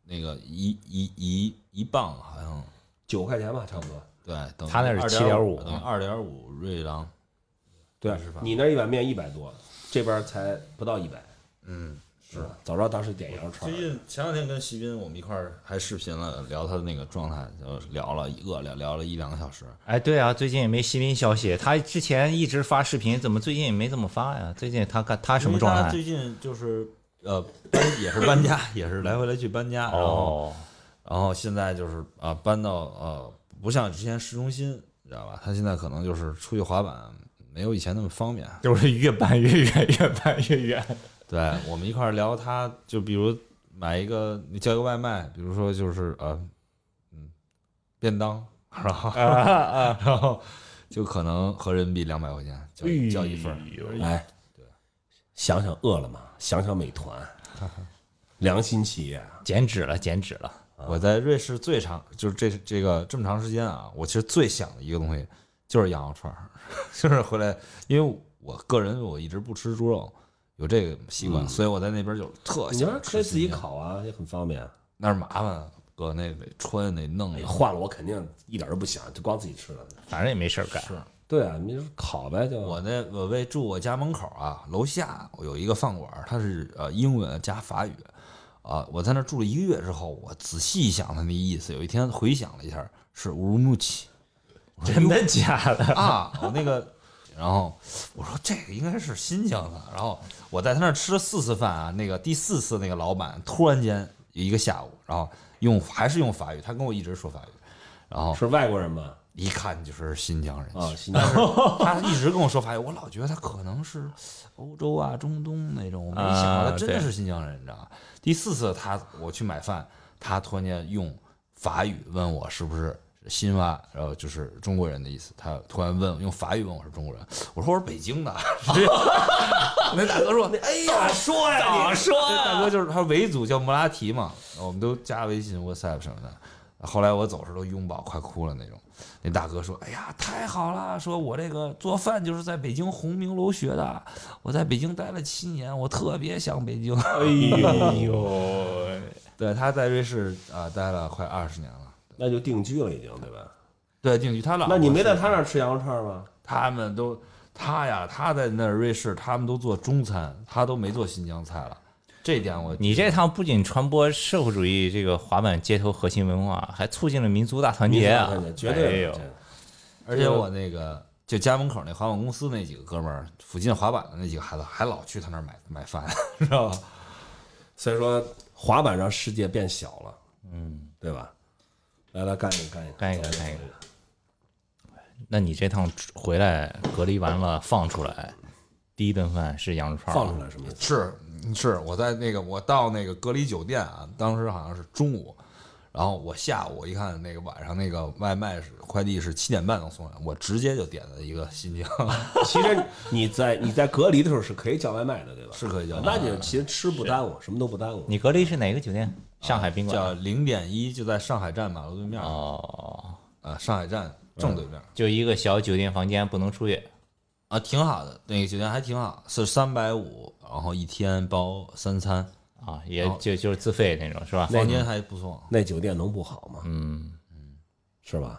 一磅好像 9块钱吧，差不多。 对，等于他那是7.5， 等于2.5瑞郎。 对，你那一碗面100多，这边才不到100。是吧？早知道当时点羊肉串。 最近前两天跟席斌我们一块儿还视频了，聊他的那个状态，就聊了1-2个小时。 哎，对啊，最近也没新闻消息。他之前一直发视频，怎么最近也没怎么发呀？最近他什么状态？ 他最近就是也是搬家，也是来回来去搬家，然后现在就是搬到不像之前市中心，你知道吧？他现在可能就是出去滑板没有以前那么方便， 就是越搬越远，越搬越远。 对，我们一块儿聊，他就比如买一个，你叫一个外卖，比如说就是便当，然后就可能合人民币200块钱叫一份儿。 哎，对，想想饿了么，想想美团，良心企业， 减脂了。 我在瑞士最长就是这个这么长时间啊，我其实最想的一个东西就是羊肉串儿，就是回来，因为我个人我一直不吃猪肉。有这个习惯，所以我在那边就特你想那可以自己烤啊，也很方便。 那是麻烦，搁那得穿得弄。 换了我肯定一点都不想，就光自己吃了。 反正也没事儿干。 是， 对啊，你就烤呗就。 我为住我家门口啊，楼下我有一个饭馆，它是英文加法语，我在那住了1个月之后，我仔细一想它那意思，有一天回想了一下，是乌鲁木齐。 真的假的啊？我那个。然后我说这个应该是新疆的，然后我在他那儿吃了4次饭啊，那个第4次那个老板突然间有一个下午，然后还是用法语，他跟我一直说法语，然后是外国人吗？ 一看就是新疆人啊，新疆人， 他一直跟我说法语，我老觉得他可能是欧洲啊、中东那种，我没想到他真的是新疆人，你知道吗？第4次我去买饭，他突然间用法语问我是不是新蛙，然后就是中国人的意思。他突然用法语问我是中国人，我说我是北京的。那大哥说：“哎呀， 说呀， 早说呀！” 大哥就是他维族叫穆拉提嘛，我们都加微信、WhatsApp 什么的。后来我走时都拥抱，快哭了那种。那大哥说：“哎呀，太好了！说我这个做饭就是在北京鸿明楼学的，我在北京待了7年，我特别想北京。” 哎呦， 对，他在瑞士待了快20年了。 那就定居了已经，对吧？ 对，定居。他老那你没在他那儿吃羊肉串吗？ 他们都他在那瑞士，他们都做中餐，他都没做新疆菜了。这一点你这趟不仅传播社会主义这个滑板街头核心文化，还促进了民族大团结啊！ 绝对有。 而且我那个就家门口那滑板公司那几个哥们儿，附近滑板的那几个孩子，还老去他那儿买饭，知道吧？ 所以说，滑板让世界变小了，对吧？来干一个。 那你这趟回来隔离完了放出来，第一顿饭是羊肉串？ 放出来什么意思？是我在我到那个隔离酒店啊，当时好像是中午，然后我下午一看那个晚上那个外卖快递是7点半能送来，我直接就点了一个新疆。 其实你在隔离的时候是可以叫外卖的，对吧？ 是可以叫外卖， 那你其实吃不耽误，什么都不耽误。 你隔离是哪个酒店？上海宾馆叫0.1，就在上海站马路对面。上海站正对面， 就一个小酒店房间，不能出去。 挺好的，那个酒店还挺好，是350，然后1天包3餐啊，也就是自费那种是吧？ 房间还不错。 那酒店能不好吗？是吧？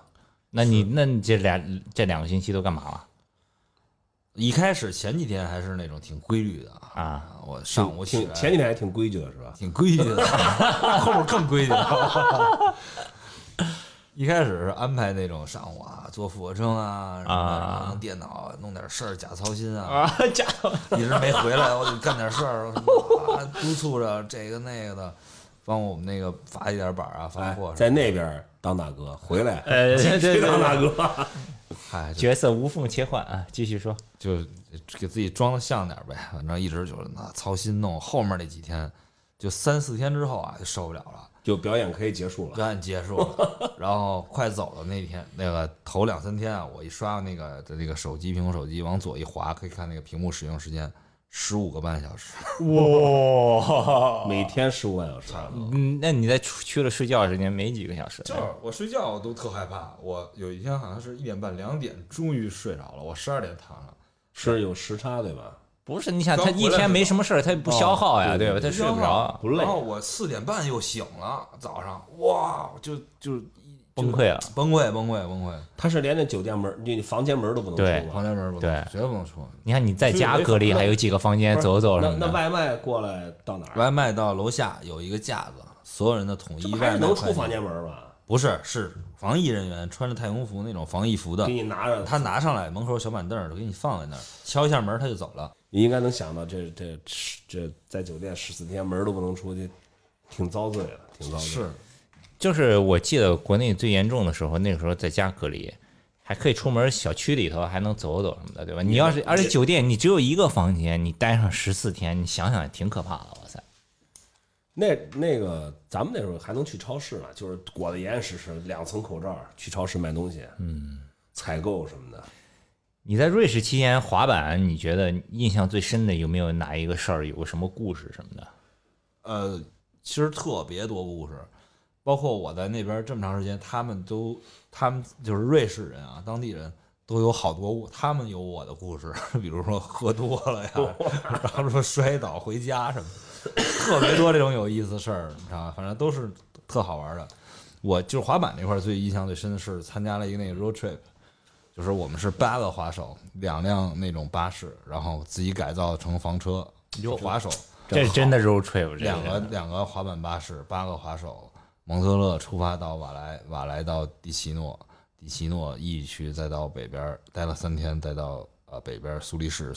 那你这两个星期都干嘛了？ 一开始前几天还是那种挺规律的啊， 我上午起来前几天还挺规矩的是吧？ 挺规矩的，后面更规矩了。一开始是安排那种上午啊，做俯卧撑啊，然后用电脑弄点事儿，假操心啊， 假一直没回来，我得干点事儿，督促着这个那个的，帮我们那个发一点板啊，发货。 在那边当大哥，回来对当大哥。 嗨， 角色无缝切换啊，继续说。 就给自己装的像点呗，反正一直就是那操心弄。后面那几天，就3、4天之后啊，就受不了了。 就表演可以结束了， 表演结束了，然后快走的那天，那个头2、3天啊，我一刷那个手机，苹果手机往左一滑，可以看那个屏幕使用时间15个半小时。 哇， 每天15万小时。 那你在去了睡觉时间没几个小时？ 就是我睡觉我都特害怕，我有一天好像是1点半、2点，终于睡着了，我12点躺上。 是有时差对吧？ 不是，你想他一天没什么事儿，他不消耗呀，对吧？他睡不着， 不累。 然后我4点半又醒了，早上哇，就崩溃了， 崩溃。 他是连那酒店门、你房间门都不能对出房间门不能，绝对不能出。 你看你在家隔离，还有几个房间走走什么的。 那外卖过来到哪儿？ 外卖到楼下有一个架子，所有人的统一外卖能出房间门吧？ 不是，是防疫人员穿着太空服那种防疫服的， 给你拿着， 他拿上来，门口小板凳就给你放在那儿，敲一下门他就走了。 你应该能想到，这在酒店14天门都不能出去，挺遭罪的，挺遭罪。 是， 就是我记得国内最严重的时候，那个时候在家隔离，还可以出门，小区里头还能走走什么的，对吧？你要是而且酒店你只有一个房间，你待上14天，你想想也挺可怕的，哇塞！ 那个咱们那时候还能去超市呢，就是裹得严严实实，2层口罩，去超市买东西，采购什么的。 你在瑞士期间滑板，你觉得印象最深的有没有哪一个事儿，有个什么故事什么的？ 其实特别多故事，包括我在那边这么长时间，他们就是瑞士人啊，当地人都有好多，他们有我的故事，比如说喝多了呀，然后说摔倒回家什么的，特别多这种有意思的事儿，你知道吧？反正都是特好玩的。我就是滑板那块最印象最深的是参加了一个那个 road trip。就是我们是8个滑手，2辆那种巴士，然后自己改造成房车，有滑手。 这真的 road trip， 两个滑板巴士，8个滑手，蒙特勒出发到瓦莱到蒂奇诺意区，再到北边待了3天，再到北边苏黎世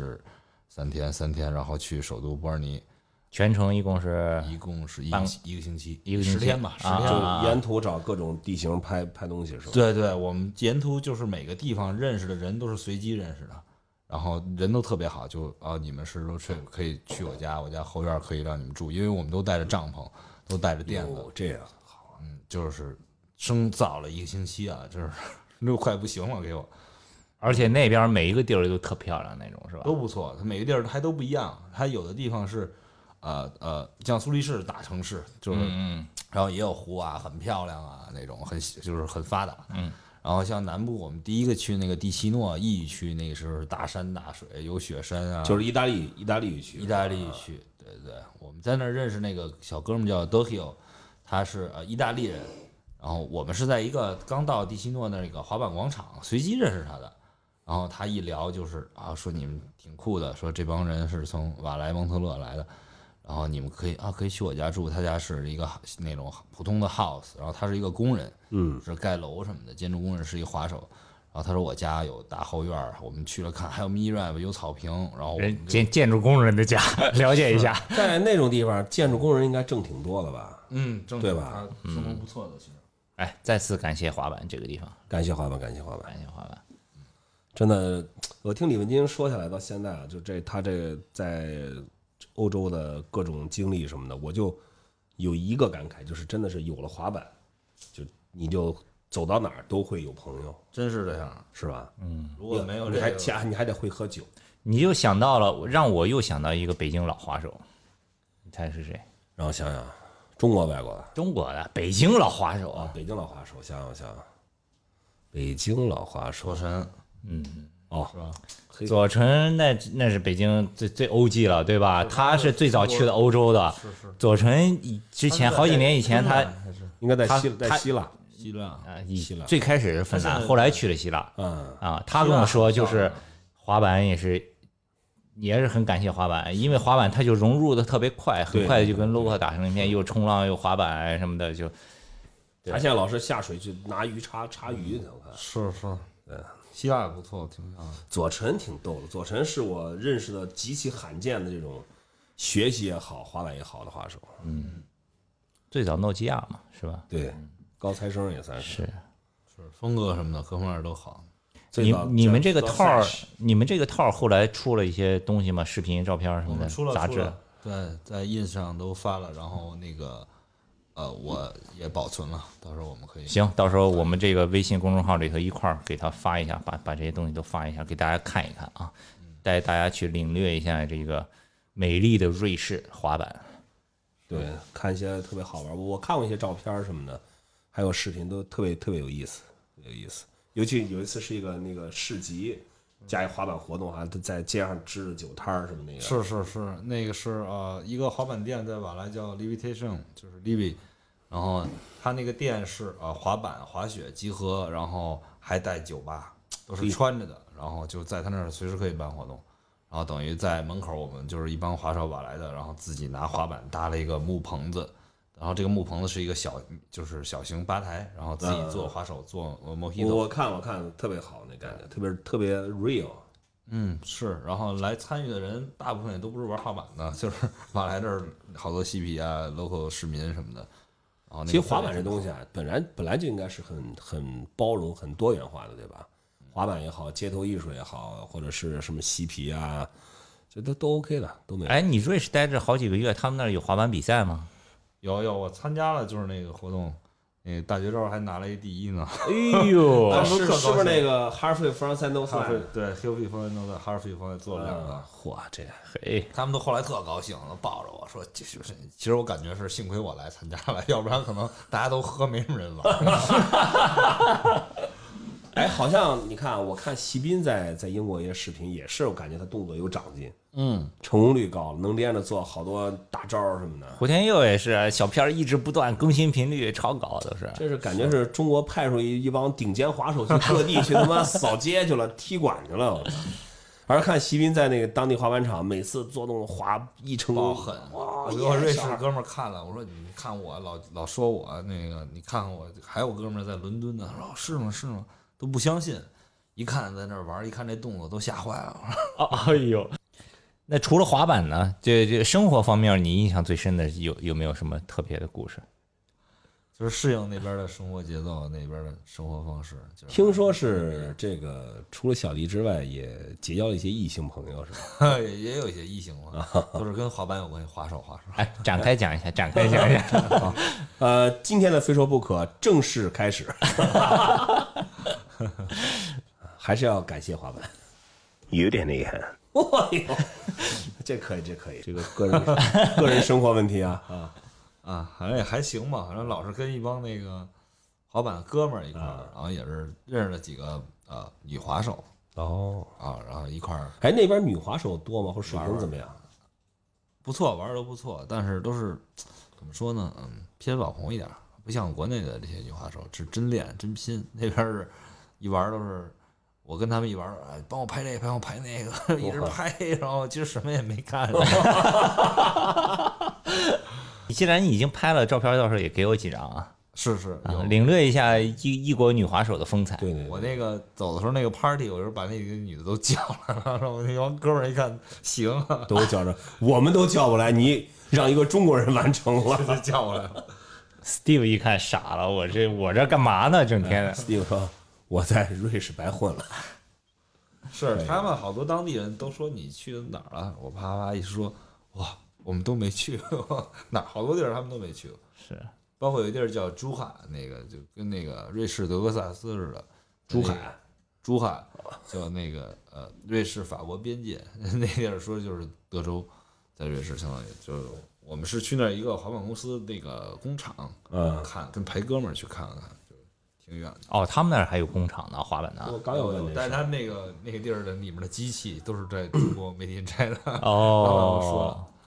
3天，然后去首都波尔尼。 全程一共是一个星期 ，10 天吧，10天就沿途找各种地形拍东西是吧？ 对，我们沿途就是每个地方认识的人都是随机认识的，然后人都特别好，就你们是 road trip 可以去我家后院可以让你们住，因为我们都带着帐篷，都带着垫子， 这样好，就是生造了1个星期啊，就是都快不行了给我。 而且那边每一个地儿都特漂亮那种是吧？ 都不错，它每个地儿还都不一样，它有的地方是。像苏黎世大城市，就是，然后也有湖啊，很漂亮啊，那种就是很发达，然后像南部，我们第一个去那个蒂奇诺意区，那个时候是大山大水，有雪山啊， 就是意大利区， 对，我们在那儿认识那个小哥们叫 Dohio， 他是意大利人，然后我们是在一个刚到蒂奇诺那个滑板广场随机认识他的。然后他一聊就是说你们挺酷的，说这帮人是从瓦莱蒙特勒来的，然后你们可以去我家住，他家是一个那种普通的 house， 然后他是一个工人，是盖楼什么的，建筑工人，是一个滑手。然后他说我家有大后院，我们去了看，还有 mini ramp， 有草坪，然后建筑工人的家了解一下。 在那种地方，建筑工人应该挣挺多的吧？ 挣对吧？ 生活不错的，其实。 哎，再次感谢滑板这个地方， 感谢滑板。真的，我听李文金说下来到现在啊，就他这在欧洲的各种经历什么的，我就有一个感慨，就是真的是有了滑板，就你就走到哪儿都会有朋友， 真是这样， 是吧？ 如果没有你还得会喝酒， 你就想到了，让我又想到一个北京老滑手，你猜是谁？ 让我想想，中国外国的？ 中国的北京老滑手啊，北京老滑手，想想，北京老滑手， 左晨。 是吧？ 左晨那是北京最欧 G 了，对吧？他是最早去的欧洲的。 是。 左晨之前好几年以前，他应该在希腊， 希腊希腊最开始是芬兰， 他现在后来去了希腊。 嗯他跟我说就是滑板也是很感谢滑板，因为滑板它就融入的特别快，很快就跟 local 打成一片，又冲浪又滑板什么的就。 他现在老是下水去拿鱼叉鱼呢，我看是，对，希腊也不错，挺像的。 左晨挺逗的，左晨是我认识的极其罕见的这种学习也好、滑板也好的滑手。 最早诺基亚嘛，是吧？ 对，高材生也算是。 风格什么的各方面都好。 你们这个套后来出了一些东西吗？视频、照片什么的，杂志。 对，在 ins 上都发了，然后那个我也保存了，到时候我们可以。 行，到时候我们这个微信公众号里头一块儿给他发一下，把这些东西都发一下，给大家看一看啊，带大家去领略一下这个美丽的瑞士滑板。 对，看一些特别好玩。我看过一些照片什么的，还有视频，都特别有意思，有意思。尤其有一次是一个那个市集加一滑板活动，还在街上支着酒摊儿什么那个。 是，那个是一个滑板店在瓦莱叫 Levitation， 就是 Levi， 然后他那个店是滑板、滑雪集合，然后还带酒吧，都是穿着的，然后就在他那儿随时可以办活动。然后等于在门口，我们就是一帮滑手瓦莱的，然后自己拿滑板搭了一个木棚子，然后这个木棚子是一个就是小型吧台，然后自己做滑手做Mojito。 我看特别好那感觉，特别 real。 是，然后来参与的人大部分也都不是玩滑板的，就是瓦莱这儿好多嬉皮啊、local 市民什么的。然后其实滑板这东西啊，本来就应该是很包容、很多元化的，对吧？滑板也好，街头艺术也好，或者是什么嬉皮啊，这都 OK 的，都没有。 哎，你瑞士待着好几个月，他们那儿有滑板比赛吗？ 有，我参加了，就是那个活动，那个大绝招还拿了一第一呢。 哎呦， 是不是那个哈尔费弗朗塞诺斯？ 对 ，Hilfi 方在弄在哈尔费方在做了两个。 嚯，这嘿， 他们都后来特高兴，都抱着我说，其实我感觉是幸亏我来参加了，要不然可能大家都喝，没什么人玩。 哎，好像你看，我看席斌在英国一些视频也是，我感觉他动作有长进，成功率高了，能连着做好多大招什么的。 胡天佑也是，小片一直不断更新频率超高，都是。 这是感觉是中国派出一帮顶尖滑手去各地去他妈扫街去了，踢馆去了。而看席斌在那个当地滑板场，每次做动作滑一成功， 狠！ 哇！ 我给我瑞士哥们儿看了，我说你看我老说我那个，你看看我，还有哥们儿在伦敦呢，说是吗？都不相信，一看在那儿玩，一看这动作都吓坏了。 哎呦，那除了滑板呢？这生活方面，你印象最深的有没有什么特别的故事？ 就是适应那边的生活节奏，那边的生活方式。 听说是这个，除了小黎之外，也结交了一些异性朋友，是吧？ 也有一些异性嘛，都是跟滑板有关系，滑手。 哎，展开讲一下。 今天的非说不可正式开始。还是要感谢滑板， 有点厉害。 哎呦，这可以，这个个人生活问题啊， 反正也还行吧，反正老是跟一帮那个滑板哥们儿一块儿，然后也是认识了几个女滑手然后一块儿。 哎，那边女滑手多吗？或者水平怎么样？ 不错，玩的都不错，但是都是怎么说呢？偏网红一点，不像国内的这些女滑手，是真练真拼。那边是一玩都是我跟他们一玩，哎，帮我拍这个，帮我拍那个，一直拍，然后其实什么也没干。 你既然已经拍了照片，到时候也给我几张啊。 是领略一下异国女滑手的风采。 对， 我那个走的时候那个 party， 我就把那个女的都叫来了，然后那帮哥们儿一看，行啊， 都叫着，我们都叫不来，你让一个中国人完成了， 就叫过来了。 Steve 一看傻了，我这干嘛呢？整天的。 Steve 说：“我在瑞士白混了。” 是他们好多当地人都说你去的哪儿了？我啪一说，哇，我们都没去过，哪好多地儿他们都没去过。 是。 包括有一地儿叫珠海，那个就跟那个瑞士德克萨斯似的。珠海叫那个瑞士法国边界那地儿，说就是德州，在瑞士相当于就是我们是去那儿一个滑板公司那个工厂，看跟陪哥们儿去看了看，就挺远的。 哦，他们那儿还有工厂呢，滑板的。 我刚有问这， 但是他那个地儿的里面的机器都是在中国made in China。 哦， 老板跟我说了。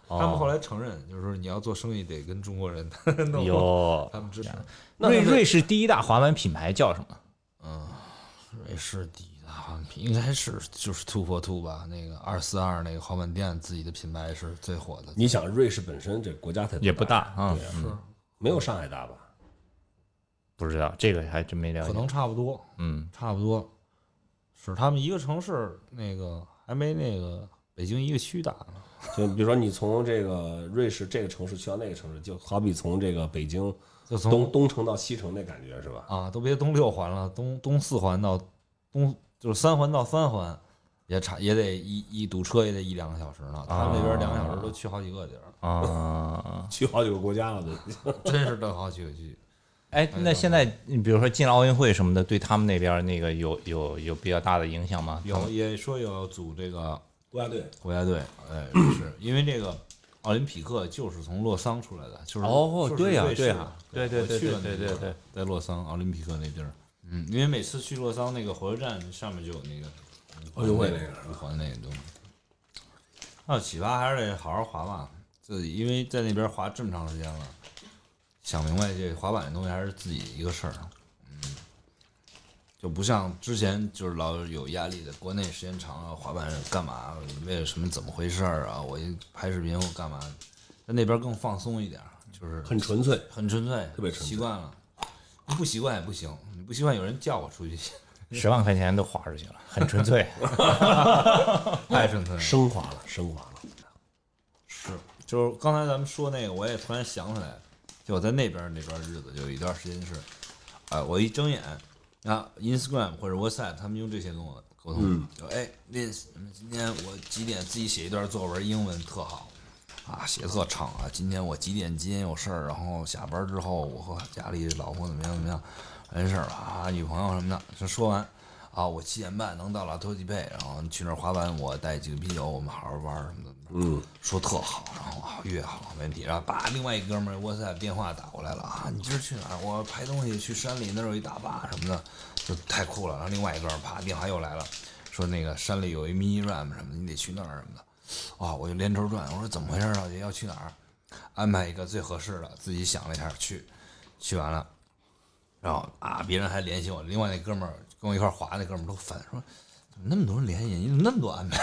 他们后来承认，就是说你要做生意得跟中国人弄， 有他们支持。 瑞士第一大滑板品牌叫什么？ 瑞士第一大滑板品应该是就是 242吧，那个242那个滑板店自己的品牌是最火的。 你想，瑞士本身这国家才也不大啊， 对啊，没有上海大吧？ 不知道这个还真没了解。 可能差不多，差不多，是他们一个城市那个还没那个北京一个区大呢。 就比如说你从这个瑞士这个城市去到那个城市，就好比从这个北京就从东城到西城那感觉是吧？ 啊，都别东6环了，东4环到东就是3环到3环，也得一堵车也得1-2个小时呢。他们那边2个小时都去好几个地儿啊， 去好几个国家了都， 真是到好几个去。 哎，那现在你比如说进了奥运会什么的，对他们那边那个有比较大的影响吗？ 也说有组这个国家队， 哎，是因为这个奥林匹克就是从洛桑出来的，就是对呀就是瑞士对呀对对对我去了那对对个对， 在洛桑奥林匹克那地儿，因为每次去洛桑那个火车站上面就有那个奥运会那个五环那个东西。那启发还是得好好滑吧，自己因为在那边滑这么长时间了，想明白这滑板的东西还是自己一个事儿。就不像之前就是老有压力的，国内时间长了，滑板干嘛？为了什么？怎么回事啊？我一拍视频我干嘛？在那边更放松一点，就是很纯粹， 很纯粹， 特别纯粹习惯了。你不习惯也不行，你不习惯有人叫我出去 10万块钱都花出去了，很纯粹。 太纯粹了。 升华了。 是，就是刚才咱们说那个，我也突然想起来，就我在那边日子，就有一段时间是，我一睁眼。啊 ，Instagram 或者 WhatsApp，他们用这些跟我沟通，就哎，Vince，今天我几点自己写一段作文，英文特好，啊，写特长啊。今天我几点有事儿，然后下班之后我和家里老婆怎么样，完事儿了啊，女朋友什么的，就说完，啊，我7点半能到了托吉贝，然后去那儿滑板，我带几个啤酒，我们好好玩什么的。说特好，然后越好没问题，然后把另外一哥们儿WhatsApp电话打过来了啊，你今儿去哪儿？我拍东西去山里，那儿有一大坝什么的，就太酷了。然后另外一哥们儿啪电话又来了，说那个山里有一 mini ramp 什么的，你得去那儿什么的。哇，我就连轴转，我说怎么回事啊？要去哪儿？安排一个最合适的，自己想了一下去完了，然后啊，别人还联系我，另外那哥们儿跟我一块滑那哥们儿都烦说。怎么那么多人联系你？怎么那么多安排？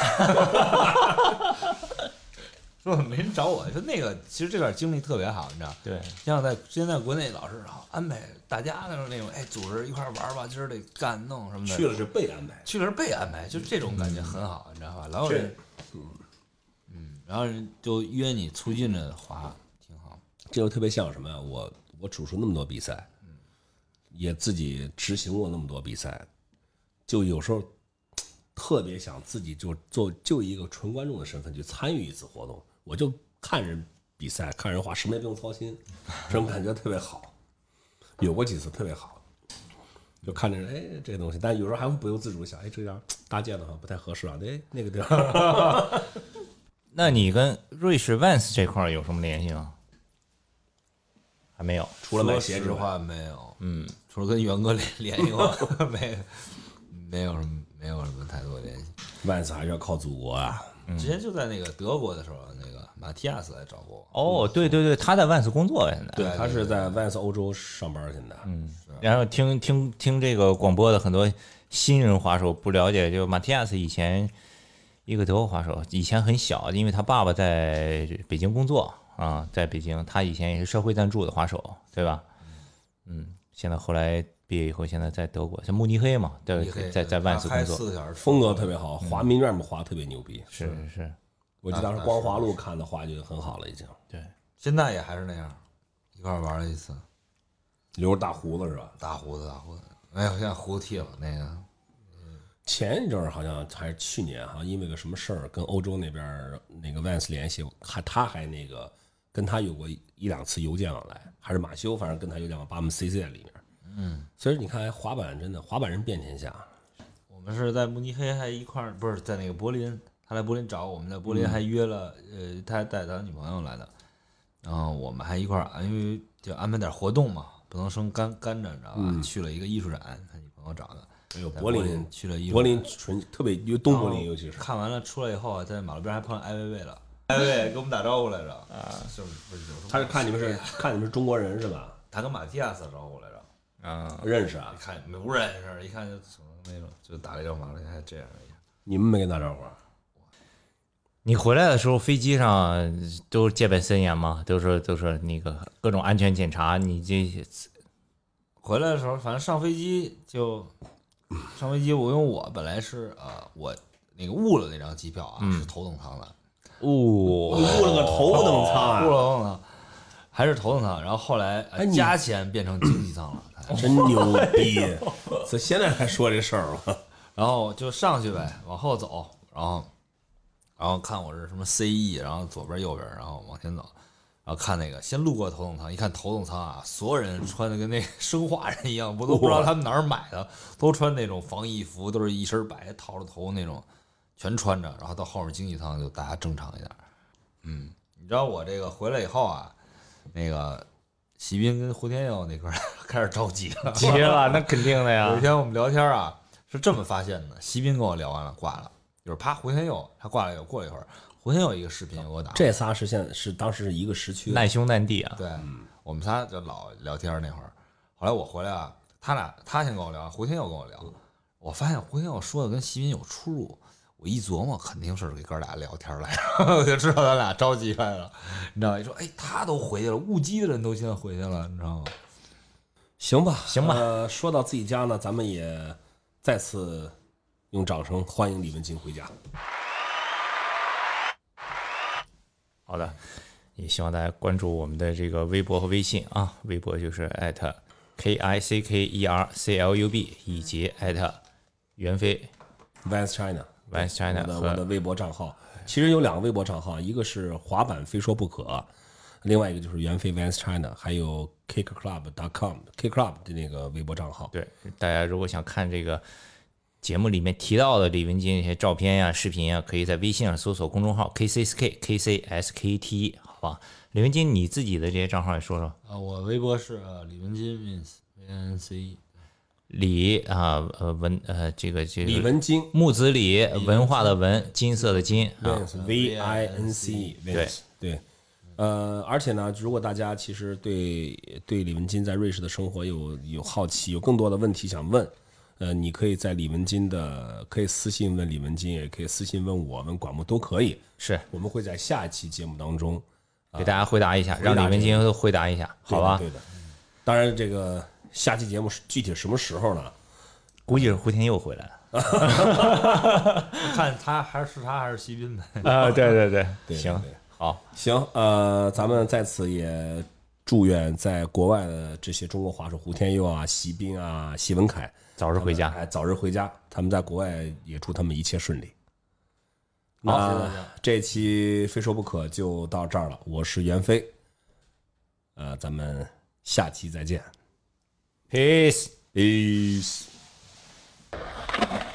说没人找我，说那个其实这段经历特别好，你知道？ 对， 像之前在国内老是安排大家那种，哎，组织一块玩吧，今儿得干弄什么的。 去了是被安排， 去了是被安排，就这种感觉很好，你知道吧？老有人，然后人就约你促进着滑，挺好。 这就特别像什么呀？我主持那么多比赛，也自己执行过那么多比赛，就有时候。特别想自己就一个纯观众的身份去参与一次活动，我就看人比赛，看人滑，什么也不用操心，这种感觉特别好。有过几次特别好，就看着人，哎，这个东西，但有时候还会不由自主想，哎，这样搭建的话不太合适啊，哎，那个地儿。 那你跟瑞士 Vans 这块有什么联系吗？还没有， 除了买鞋之外， 说实话没有，除了跟元哥联系过，没有什么太多联系。 Vans 还是要靠祖国啊。 之前就在那个德国的时候，那个马蒂亚斯来找过我。 哦，对对对，他在 Vans 工作现在。 对，他是在 Vans 欧洲上班现在。 然后听这个广播的很多新人滑手不了解，就马蒂亚斯以前一个德国滑手，以前很小，因为他爸爸在北京工作啊，在北京，他以前也是社会赞助的滑手，对吧？现在后来毕业以后，现在在德国，像慕尼黑嘛，在万斯工作， 4个小时风格特别好，滑民转滑特别牛逼。 是， 我记得当时光华路看的话就很好了，已经。 对， 现在也还是那样，一块玩了一次， 留着大胡子是吧？ 大胡子，哎呦，现在胡子剃了那个。 前一阵儿好像还是去年哈，因为个什么事儿跟欧洲那边那个 Vans 联系，他还那个跟他有过一两次邮件往来，还是马修，反正跟他邮件往把我们 CC 在里面。所以你看，滑板真的，滑板人遍天下。 我们是在慕尼黑还一块儿，不是在那个柏林，他来柏林找我们，在柏林还约了，他还带他女朋友来的，然后我们还一块儿，因为就安排点活动嘛，不能生干着，你知道吧？去了一个艺术展，他女朋友找的。 哎呦，柏林去了艺术展， 柏林纯特别，因为东柏林尤其是看完了出来以后，在马路边还碰见艾薇薇了。 对，给我们打招呼来着是不是？ 他是看你们是中国人是吧？ 他跟马蒂亚斯打招呼来着。 认识啊一？看不认识，一看就可能那种，就打了一招马来还这样一样。 你们没跟打招呼啊？ 你回来的时候飞机上都戒备森严吗？都是那个各种安全检查，你这回来的时候，反正上飞机，因为我本来是我那个误了那张机票啊，是头等舱的， 误了个头等舱啊！ 误了头等舱，还是头等舱，然后后来加钱变成经济舱了， 真牛逼！所以现在才说这事儿吗？ 然后就上去呗，往后走，然后看我是什么 CE， 然后左边右边，然后往前走，然后看那个先路过头等舱，一看头等舱啊，所有人穿的跟那生化人一样，我都不知道他们哪儿买的，都穿那种防疫服，都是一身白套着头那种，全穿着，然后到后面经济舱就大家正常一点。你知道我这个回来以后啊，那个席斌跟胡天佑那块开始着急了， 急了，那肯定的呀有一。天我们聊天啊，是这么发现的：席斌跟我聊完了挂了，就是啪胡天佑他挂了，又过了一会儿，胡天佑一个视频给我打， 这仨是当时是一个时区的， 难兄难弟啊。 对，我们仨就老聊天那会儿。后来我回来啊，他先跟我聊，胡天佑跟我聊，我发现胡天佑说的跟席斌有出入。我一琢磨，肯定是给哥俩聊天来着，我就知道咱俩着急来了。你知道，一说哎，他都回去了，误机的人都先回去了，你知道吗？ 行吧， 行吧。 说到自己家呢，咱们也再次用掌声欢迎李文金回家。 好的，也希望大家关注我们的这个微博和微信啊，微博就是@KICKERCLUB 以及袁飞 Vans China Vans China 我的微博账号，其实有2个微博账号，一个是滑板非说不可，另外一个就是袁飞 Vans China， 还有 kickclub.com kickclub 的那个微博账号。 对，大家如果想看这个节目里面提到的李文金一些照片呀、视频呀，可以在微信上搜索公众号 KCSKT，好吧？李文金，你自己的这些账号也说说。 我微博是李文金 VNC。 李这个李文金， 木子李，文化的文，金色的金啊 VINC 对，而且呢，如果大家其实对李文金在瑞士的生活有好奇，有更多的问题想问，你可以在李文金可以私信问李文金，也可以私信问我们管木都可以， 是我们会在下一期节目当中给大家回答一下，让李文金回答一下，好吧？ 对的。当然，这个下期节目具体什么时候呢？ 估计是胡天佑回来了。 看他还是席斌呗。 对， 对行，好， 行，咱们在此也祝愿在国外的这些中国滑手胡天佑啊、席斌啊、谢文凯早日回家。 早日回家。他们在国外也祝他们一切顺利。 好， 那这期非说不可就到这儿了，我是袁飞，咱们下期再见 Peace。 ，peace。